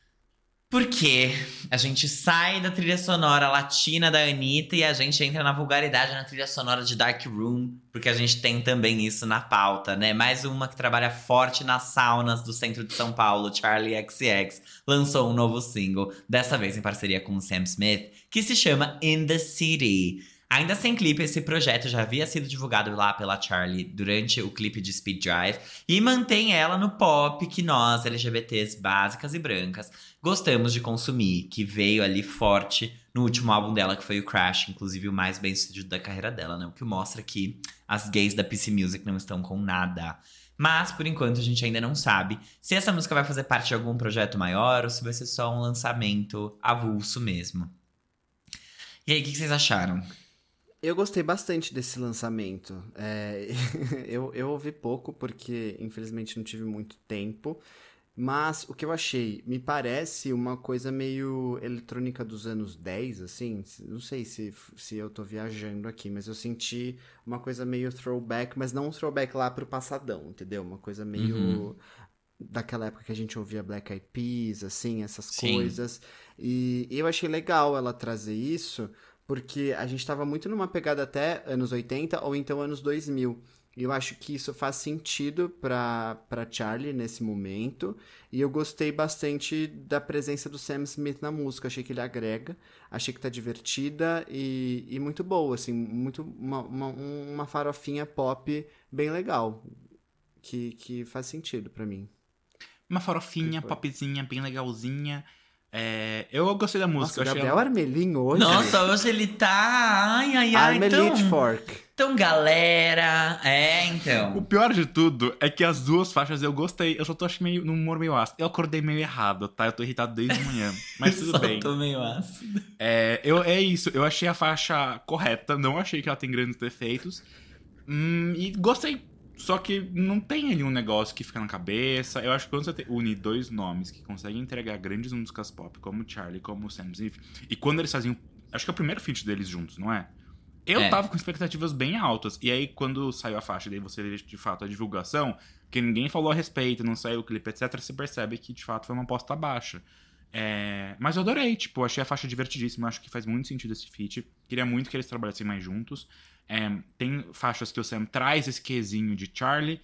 Porque a gente sai da trilha sonora latina da Anitta e a gente entra na vulgaridade na trilha sonora de Dark Room, porque a gente tem também isso na pauta, né? Mais uma que trabalha forte nas saunas do centro de São Paulo, Charli XCX, lançou um novo single, dessa vez em parceria com o Sam Smith, que se chama In The City. Ainda sem clipe, esse projeto já havia sido divulgado lá pela Charli durante o clipe de Speed Drive e mantém ela no pop que nós, LGBTs básicas e brancas, gostamos de consumir, que veio ali forte no último álbum dela, que foi o Crash, inclusive o mais bem-sucedido da carreira dela, né? O que mostra que as gays da PC Music não estão com nada. Mas, por enquanto, a gente ainda não sabe se essa música vai fazer parte de algum projeto maior ou se vai ser só um lançamento avulso mesmo. E aí, o que vocês acharam? Eu gostei bastante desse lançamento. Eu ouvi pouco, porque infelizmente não tive muito tempo. Mas o que eu achei, me parece uma coisa meio eletrônica dos anos 10, assim. Não sei se eu tô viajando aqui, mas eu senti uma coisa meio throwback, mas não um throwback lá pro passadão, entendeu? Uma coisa meio daquela época que a gente ouvia Black Eyed Peas, assim, essas Sim. coisas. E eu achei legal ela trazer isso, porque a gente tava muito numa pegada até anos 80 ou então anos 2000. E eu acho que isso faz sentido pra Charli nesse momento. E eu gostei bastante da presença do Sam Smith na música. Achei que ele agrega. Achei que tá divertida e muito boa, assim. Muito uma farofinha pop bem legal. Que faz sentido pra mim. Uma farofinha, Que foi? popzinha, bem legalzinha. Eu gostei da música. Nossa, o eu achei Gabriel Armelin hoje. Nossa, hoje ele tá. Ai, Armelin então. Fork. Então, galera. O Então. pior de tudo é que as duas faixas eu gostei. Eu só tô acho, meio num humor meio ácido. Eu acordei meio errado, tá? Eu tô irritado desde manhã. Mas tudo Só bem. tô meio ácido. É isso. Eu achei a faixa correta. Não achei que ela tem grandes defeitos. E gostei. Só que não tem ali um negócio que fica na cabeça. Eu acho que quando você une dois nomes que conseguem entregar grandes músicas pop, como o Charli, como o Sam Smith, e quando eles faziam. Acho que é o primeiro feat deles juntos, não é? Eu É. tava com expectativas bem altas. E aí, quando saiu a faixa, daí você vê de fato a divulgação, que ninguém falou a respeito, não saiu o clipe, etc., você percebe que de fato foi uma aposta baixa. Mas eu adorei, tipo, achei a faixa divertidíssima, acho que faz muito sentido esse feat. Queria muito que eles trabalhassem mais juntos. Tem faixas que o Sam traz esse quesinho de Charli,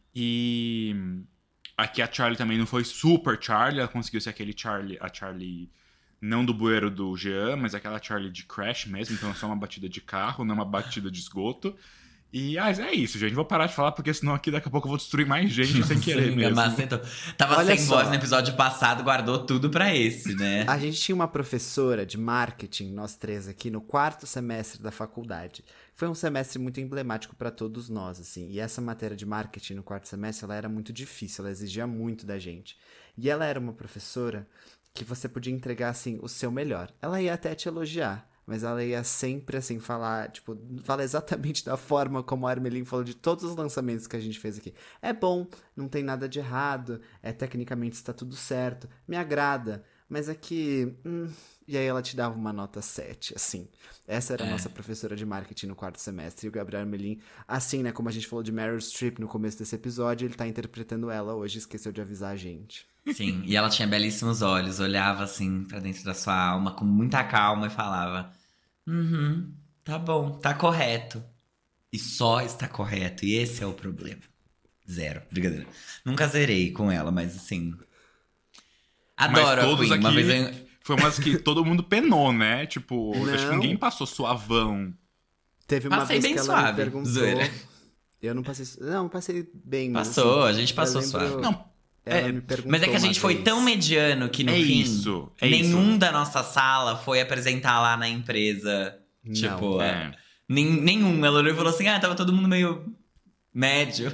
e aqui a Charli também não foi super Charli, ela conseguiu ser aquele Charli, a Charli não do bueiro do Jean, mas aquela Charli de Crash mesmo, então é só uma batida de carro, não uma batida de esgoto. E é isso, gente. Vou parar de falar, porque senão aqui daqui a pouco eu vou destruir mais gente sem querer Sim, mesmo. macetou. Tava Olha sem só. voz no episódio passado, guardou tudo pra esse, né? A gente tinha uma professora de marketing, nós três aqui, no 4º semestre da faculdade. Foi um semestre muito emblemático para todos nós, assim. E essa matéria de marketing no 4º semestre, ela era muito difícil, ela exigia muito da gente. E ela era uma professora que você podia entregar, assim, o seu melhor. Ela ia até te elogiar, mas ela ia sempre, assim, falar exatamente da forma como a Armelin falou de todos os lançamentos que a gente fez aqui. É bom, não tem nada de errado, tecnicamente está tudo certo, me agrada, mas aqui... E aí ela te dava uma nota 7, assim. Essa era a nossa professora de marketing no 4º semestre. E o Gabriel Armelin, assim, né, como a gente falou de Meryl Streep no começo desse episódio, ele tá interpretando ela hoje, esqueceu de avisar a gente. Sim, e ela tinha belíssimos olhos, olhava assim pra dentro da sua alma com muita calma e falava: tá bom, tá correto. E só está correto. E esse é o problema. Zero. Brincadeira. Nunca zerei com ela, mas assim. Adoro Mas a todos Queen. Uma aqui vez eu... foi umas que todo mundo penou, né? Tipo, acho que Não. ninguém passou suavão. Teve uma Passei vez bem que ela suave, me perguntou. zoeira. Eu não passei. Não, passei bem, mas Passou, assim, a gente passou eu lembro- suave. Não, Ela me perguntou. Mas é que a uma gente foi vez. tão mediano que no É fim, isso, é nenhum isso. da nossa sala foi apresentar lá na empresa. Não. Tipo, É. nenhum. Ela olhou e falou assim: tava todo mundo meio médio.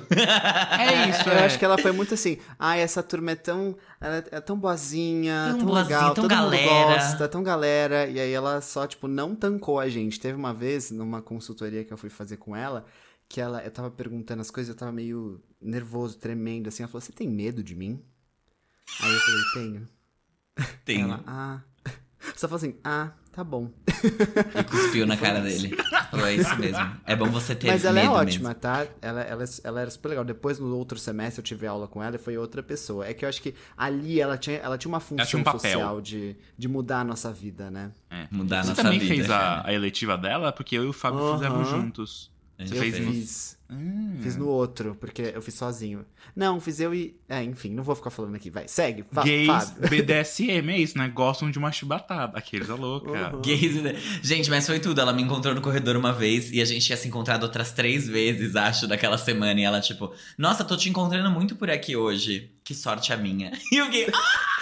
É isso, Eu acho que ela foi muito assim. Ai, essa turma ela é tão boazinha, Tão tão boazinha, legal, tão todo galera. mundo gosta, tão galera. E aí ela só, tipo, não tancou a gente. Teve uma vez, numa consultoria que eu fui fazer com ela, que eu tava perguntando as coisas, eu tava meio nervoso, tremendo, assim. Ela falou, você tem medo de mim? Aí eu falei, tenho. Tem. Ela, Só falou assim, tá bom. E cuspiu na cara dele. Falou: é isso mesmo. É bom você ter Mas ela é medo ótima, mesmo. tá? Ela era super legal. Depois, no outro semestre, eu tive aula com ela e foi outra pessoa. É que eu acho que ali ela tinha uma função tinha um papel. social de mudar a nossa vida, né? É. Mudar a Você nossa também vida, fez cara. a eletiva dela? Porque eu e o Fábio fizemos juntos. Você Eu fez no- fiz. Fiz no outro, porque eu fiz sozinho. Não, fiz eu e... enfim, não vou ficar falando aqui. Vai, segue. Gays Fábio. BDSM, é isso, né? Gostam de uma chibatada. Aqueles é louca. Gays, né? Gente, mas foi tudo. Ela me encontrou no corredor uma vez e a gente tinha se encontrado outras 3 vezes, acho, daquela semana. E ela, tipo, nossa, tô te encontrando muito por aqui hoje. Que sorte a minha. E eu fiquei,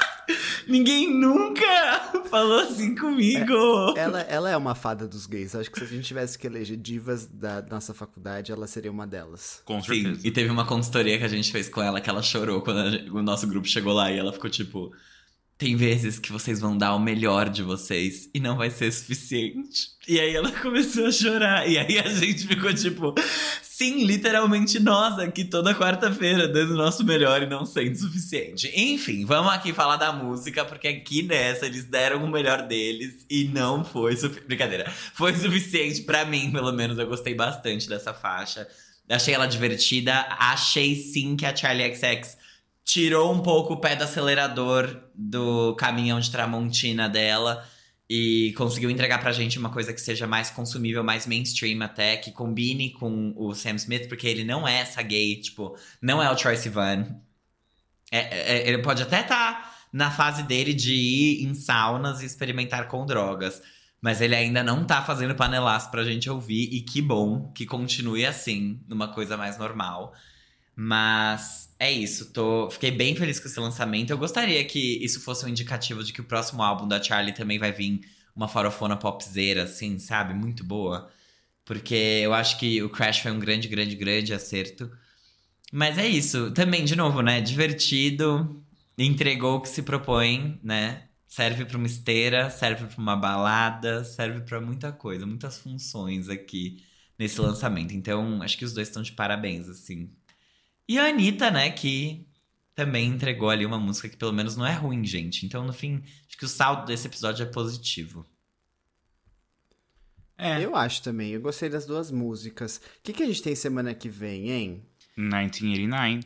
ninguém nunca falou assim comigo. Ela é uma fada dos gays. Acho que se a gente tivesse que eleger divas da nossa faculdade, ela seria uma delas. Com Sim, certeza. e teve uma consultoria que a gente fez com ela que ela chorou quando o nosso grupo chegou lá e ela ficou tipo: tem vezes que vocês vão dar o melhor de vocês e não vai ser suficiente. E aí ela começou a chorar. E aí a gente ficou tipo: sim, literalmente nós aqui toda quarta-feira dando o nosso melhor e não sendo suficiente. Enfim, vamos aqui falar da música, porque aqui nessa eles deram o melhor deles e não foi suficiente. Brincadeira. Foi suficiente pra mim, pelo menos. Eu gostei bastante dessa faixa. Achei ela divertida. Achei sim que a Charli XX tirou um pouco o pé do acelerador do caminhão de Tramontina dela e conseguiu entregar pra gente uma coisa que seja mais consumível, mais mainstream até, que combine com o Sam Smith, porque ele não é essa gay, tipo, não é o Troye Sivan. Ele pode até estar na fase dele de ir em saunas e experimentar com drogas, mas ele ainda não tá fazendo panelaço pra gente ouvir, e que bom que continue assim, numa coisa mais normal. Mas é isso, fiquei bem feliz com esse lançamento. Eu gostaria que isso fosse um indicativo de que o próximo álbum da Charli também vai vir uma farofona popzeira, assim, sabe? Muito boa. Porque eu acho que o Crash foi um grande, grande, grande acerto. Mas é isso, também, de novo, né? Divertido, entregou o que se propõe, né? Serve pra uma esteira, serve pra uma balada, serve pra muita coisa, muitas funções aqui nesse lançamento. Então, acho que os dois estão de parabéns, assim. E a Anitta, né, que também entregou ali uma música que pelo menos não é ruim, gente. Então, no fim, acho que o saldo desse episódio é positivo. Eu acho também. Eu gostei das duas músicas. O que a gente tem semana que vem, hein? 1989.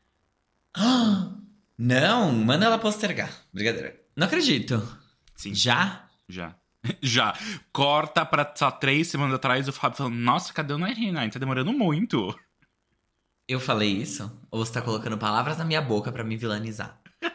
Não, manda ela postergar. Brincadeira. Não acredito. Sim. Já? Já. Já. Corta pra só 3 semanas atrás o Fábio falando: nossa, cadê o 1989? Tá demorando muito. Eu falei isso? Ou você tá colocando palavras na minha boca pra me vilanizar?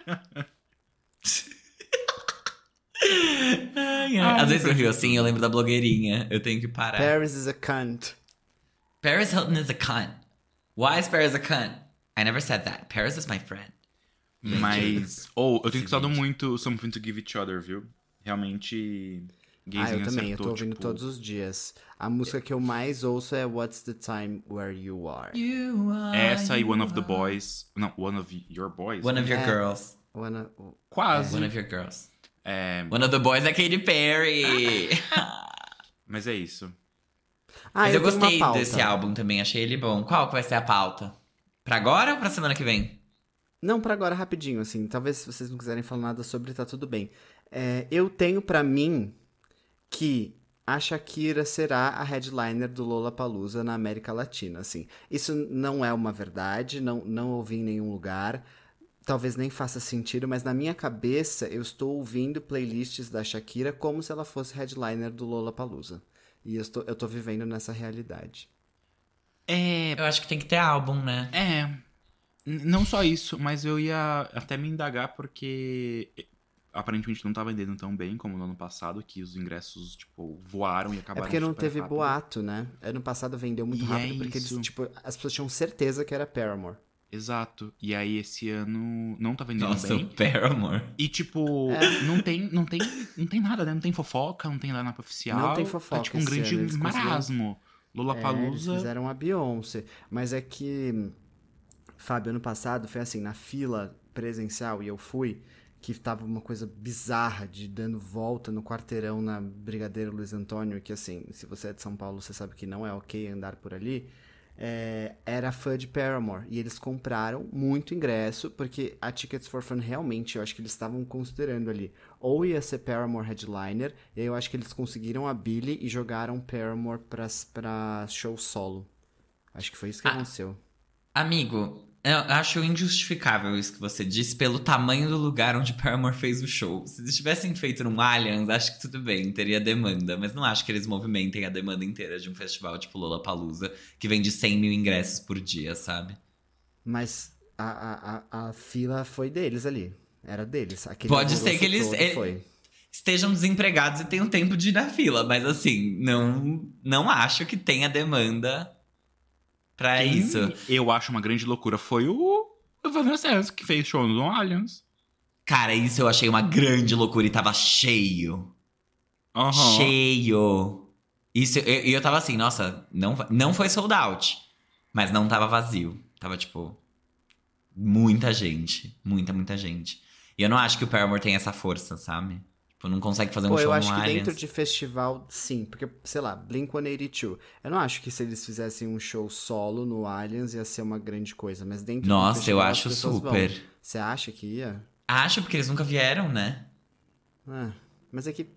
Às vezes eu rio assim, eu lembro da blogueirinha. Eu tenho que parar. Paris is a cunt. Paris Hilton is a cunt. Why is Paris a cunt? I never said that. Paris is my friend. Mas. Eu tenho gostado muito Something to Give Each Other, viu? Realmente. Gayzinho Eu também, eu tô acertou, ouvindo tipo, todos os dias. A música que eu mais ouço é What's the Time Where You Are. You are, Essa e you One of the are. Boys. Não, One of Your Boys. One of your É. girls. Quase. One of your girls. É, One of the boys é Katy Perry. mas é isso. Mas eu tenho uma gostei pauta. desse álbum também, achei ele bom. Qual que vai ser a pauta? Pra agora ou pra semana que vem? Não, pra agora, rapidinho, assim. Talvez se vocês não quiserem falar nada sobre, tá tudo bem. Eu tenho pra mim que a Shakira será a headliner do Lollapalooza na América Latina, assim. Isso não é uma verdade, não ouvi em nenhum lugar. Talvez nem faça sentido, mas na minha cabeça eu estou ouvindo playlists da Shakira como se ela fosse headliner do Lollapalooza. E eu tô vivendo nessa realidade. Eu acho que tem que ter álbum, né? Não só isso, mas eu ia até me indagar porque aparentemente não tá vendendo tão bem como no ano passado, que os ingressos, tipo, voaram e É acabaram porque não super teve rápido. boato, né? Ano passado vendeu muito E rápido, é porque eles, isso. tipo, as pessoas tinham certeza que era Paramore. Exato. E aí esse ano não tá vendendo Nossa, bem. o Paramore. E tipo, não tem nada, né? Não tem fofoca, não tem line-up oficial. Não tem fofoca Tá tipo um esse grande ano, eles conseguiram- marasmo. Eles Lollapalooza. fizeram a Beyoncé. Mas é que, Fábio, ano passado foi assim, na fila presencial, e eu fui, que tava uma coisa bizarra de dando volta no quarteirão na Brigadeiro Luiz Antônio, que assim, se você é de São Paulo, você sabe que não é ok andar por ali. Era fã de Paramore. E eles compraram muito ingresso, porque a Tickets for Fun realmente, eu acho que eles estavam considerando ali. Ou ia ser Paramore headliner, e aí eu acho que eles conseguiram a Billie e jogaram Paramore pra show solo. Acho que foi isso que aconteceu. Amigo, eu acho injustificável isso que você disse pelo tamanho do lugar onde Paramore fez o show. Se eles tivessem feito num Allianz, acho que tudo bem, teria demanda. Mas não acho que eles movimentem a demanda inteira de um festival tipo Lollapalooza, que vende 100 mil ingressos por dia, sabe? Mas a fila foi deles ali. Era deles. Aquele Pode ser alvoroço que eles todo foi. estejam desempregados e tenham tempo de ir na fila, mas assim, não acho que tenha demanda pra Quem isso. eu acho uma grande loucura foi o Evanescence, que fez show no Allianz. Cara, isso eu achei uma grande loucura e tava cheio. Aham. Cheio. Isso, e eu tava assim, nossa, não foi sold out, mas não tava vazio. Tava, tipo, muita gente. Muita gente. E eu não acho que o Paramore tem essa força, sabe? Tipo, não consegue fazer um Pô, show eu no acho que Allianz. dentro de festival, sim. Porque, sei lá, Blink-182. Eu não acho que se eles fizessem um show solo no Allianz ia ser uma grande coisa. Mas dentro de um Nossa, festival, eu as acho pessoas super. vão. Você acha que ia? Acho, porque eles nunca vieram, né? Mas é que...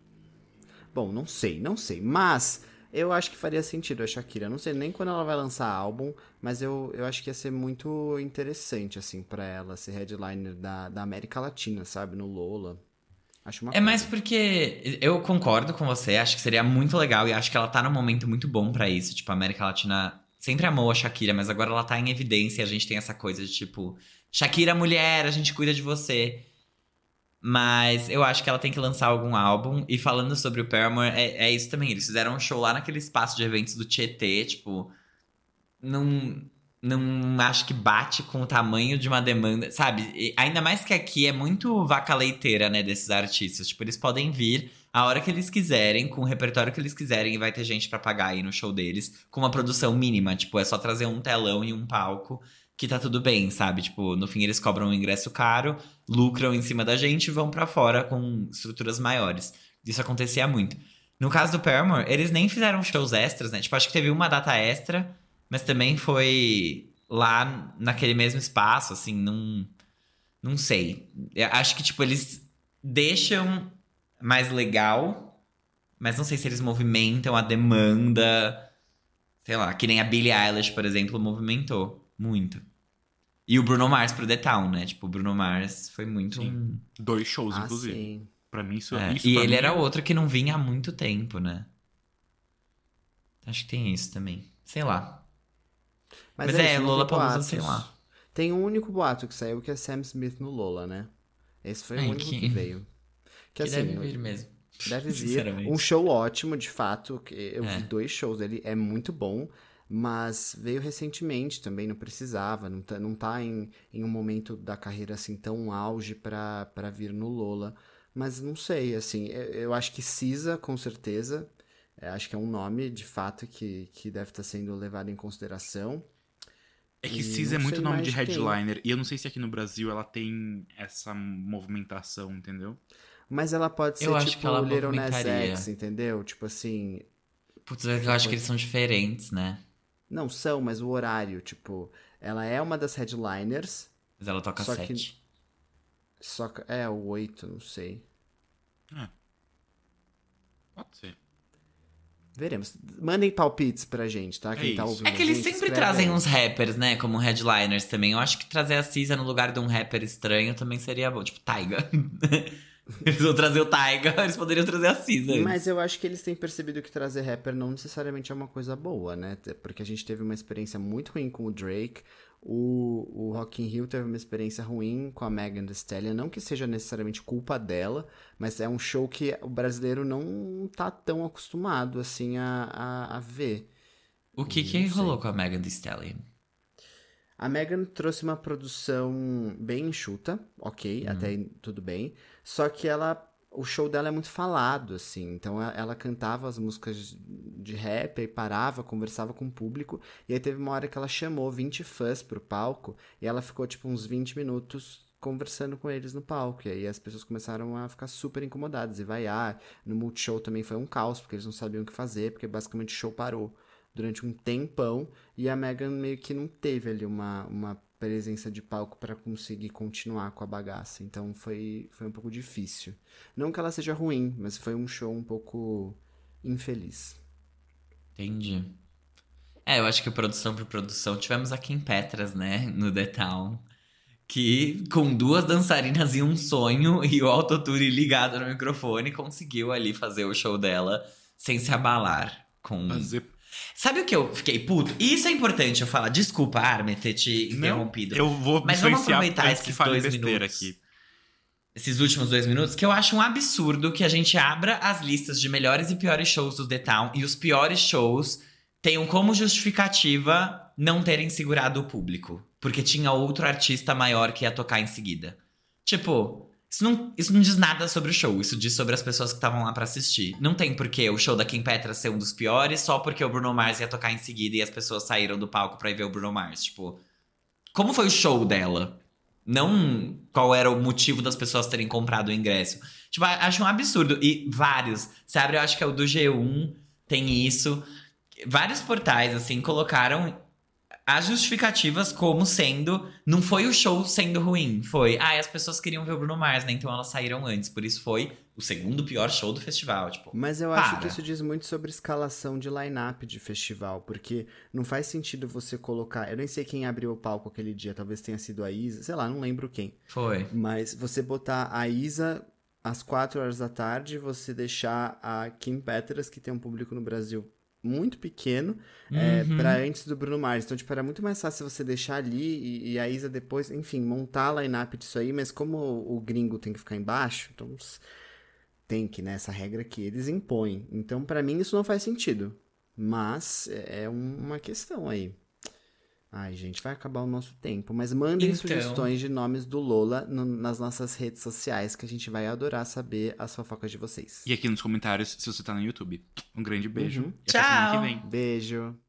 Bom, não sei. Mas eu acho que faria sentido a Shakira. Não sei nem quando ela vai lançar álbum, mas eu acho que ia ser muito interessante, assim, pra ela ser headliner da América Latina, sabe? No Lola. Acho uma É mais coisa. porque eu concordo com você, acho que seria muito legal e acho que ela tá num momento muito bom pra isso. Tipo, a América Latina sempre amou a Shakira, mas agora ela tá em evidência e a gente tem essa coisa de tipo, Shakira mulher, a gente cuida de você. Mas eu acho que ela tem que lançar algum álbum. E falando sobre o Paramore, é isso também. Eles fizeram um show lá naquele espaço de eventos do Tietê, tipo. Não acho que bate com o tamanho de uma demanda, sabe? E ainda mais que aqui é muito vaca leiteira, né, desses artistas. Tipo, eles podem vir a hora que eles quiserem, com o repertório que eles quiserem, e vai ter gente pra pagar aí no show deles, com uma produção mínima. Tipo, é só trazer um telão e um palco, que tá tudo bem, sabe? Tipo, no fim eles cobram um ingresso caro, lucram em cima da gente e vão pra fora com estruturas maiores. Isso acontecia muito. No caso do Paramore, eles nem fizeram shows extras, né? Tipo, acho que teve uma data extra, mas também foi lá naquele mesmo espaço, assim, não sei. Eu acho que, tipo, eles deixam mais legal, mas não sei se eles movimentam a demanda, sei lá, que nem a Billie Eilish, por exemplo, movimentou muito. E o Bruno Mars pro The Town, né? Tipo, o Bruno Mars foi muito... Sim. 2 shows, inclusive. Sim. Pra mim, isso E pra ele mim era é- outro que não vinha há muito tempo, né? Acho que tem isso também. Sei lá. Mas Mas isso, não tem Lollapalooza, boatos. sei lá. Tem um único boato que saiu, que é Sam Smith no Lola, né? Esse foi o Ai, único que veio. Que Que assim, deve vir mesmo. deve vir. Sinceramente. Um show ótimo, de fato. Que eu É. vi 2 shows dele, é muito bom. Mas veio recentemente também, não precisava. Não tá em um momento da carreira assim tão auge pra vir no Lola. Mas não sei, assim, eu acho que SZA, com certeza. Acho que é um nome, de fato, que deve estar sendo levado em consideração. É que E Cis é não muito sei nome mais de quem. headliner. E eu não sei se aqui no Brasil ela tem essa movimentação, entendeu? Mas ela pode ser Eu acho tipo que ela o Little Nas movimentaria. X, entendeu? Tipo assim. Putz, é que eu acho que eles são diferentes, né? Não são, mas o horário, tipo. Ela é uma das headliners, Mas ela toca Só que- 7. só que. É, o 8, não sei. Pode ser. Veremos. Mandem palpites pra gente, tá? Quem tá isso. ouvindo. É que a eles gente, sempre escreve trazem aí. uns rappers, né? Como headliners também. Eu acho que trazer a SZA no lugar de um rapper estranho também seria bom. Tipo, Taiga. Eles vão trazer o Taiga, eles poderiam trazer a Cisa. Mas eu acho que eles têm percebido que trazer rapper não necessariamente é uma coisa boa, né? Porque a gente teve uma experiência muito ruim com o Drake. O Rock in Rio teve uma experiência ruim com a Megan Thee Stallion. Não que seja necessariamente culpa dela, mas é um show que o brasileiro não tá tão acostumado, assim, a ver. O que rolou com a Megan Thee Stallion? A Megan trouxe uma produção bem enxuta, ok, até aí tudo bem. Só que o show dela é muito falado, assim. Então ela cantava as músicas de rap, aí parava, conversava com o público. E aí teve uma hora que ela chamou 20 fãs pro palco e ela ficou tipo uns 20 minutos conversando com eles no palco. E aí as pessoas começaram a ficar super incomodadas e vaiar. No Multishow também foi um caos, porque eles não sabiam o que fazer, porque basicamente o show parou durante um tempão, e a Megan meio que não teve ali uma presença de palco para conseguir continuar com a bagaça. Então foi um pouco difícil. Não que ela seja ruim, mas foi um show um pouco infeliz. Entendi. Eu acho que produção por produção, tivemos a Kim Petras, né, no The Town, que com 2 dançarinas e um sonho e o autotune ligado no microfone, conseguiu ali fazer o show dela sem se abalar com... Sabe o que eu fiquei puto? E isso é importante eu falar. Desculpa, Armin, ter te interrompido. Eu vou Mas vamos aproveitar esses 2 minutos. Aqui. Esses últimos 2 minutos, que eu acho um absurdo que a gente abra as listas de melhores e piores shows do The Town e os piores shows tenham como justificativa não terem segurado o público. Porque tinha outro artista maior que ia tocar em seguida. Tipo... Isso não diz nada sobre o show, isso diz sobre as pessoas que estavam lá pra assistir. Não tem porquê o show da Kim Petras ser um dos piores só porque o Bruno Mars ia tocar em seguida e as pessoas saíram do palco pra ir ver o Bruno Mars. Tipo, como foi o show dela? Não qual era o motivo das pessoas terem comprado o ingresso. Tipo, acho um absurdo. E vários, sabe? Eu acho que é o do G1, tem isso. Vários portais, assim, colocaram... as justificativas como sendo... Não foi o show sendo ruim. Foi... as pessoas queriam ver o Bruno Mars, né? Então elas saíram antes. Por isso foi o segundo pior show do festival. Tipo, mas eu acho que isso diz muito sobre escalação de line-up de festival. Porque não faz sentido você colocar... Eu nem sei quem abriu o palco aquele dia. Talvez tenha sido a Isa. Sei lá, não lembro quem. Foi. Mas você botar a Isa às 4 horas da tarde, você deixar a Kim Petras, que tem um público no Brasil muito pequeno, pra antes do Bruno Mars. Então, tipo, era muito mais fácil você deixar ali e a Isa depois, enfim, montar a line-up disso aí, mas como o gringo tem que ficar embaixo, então tem que, né, essa regra que eles impõem. Então, pra mim, isso não faz sentido. Mas é uma questão aí. Ai, gente, vai acabar o nosso tempo. Mas mandem sugestões de nomes do Lola nas nossas redes sociais, que a gente vai adorar saber as fofocas de vocês. E aqui nos comentários, se você tá no YouTube. Um grande beijo. E Tchau! até semana que vem. Beijo!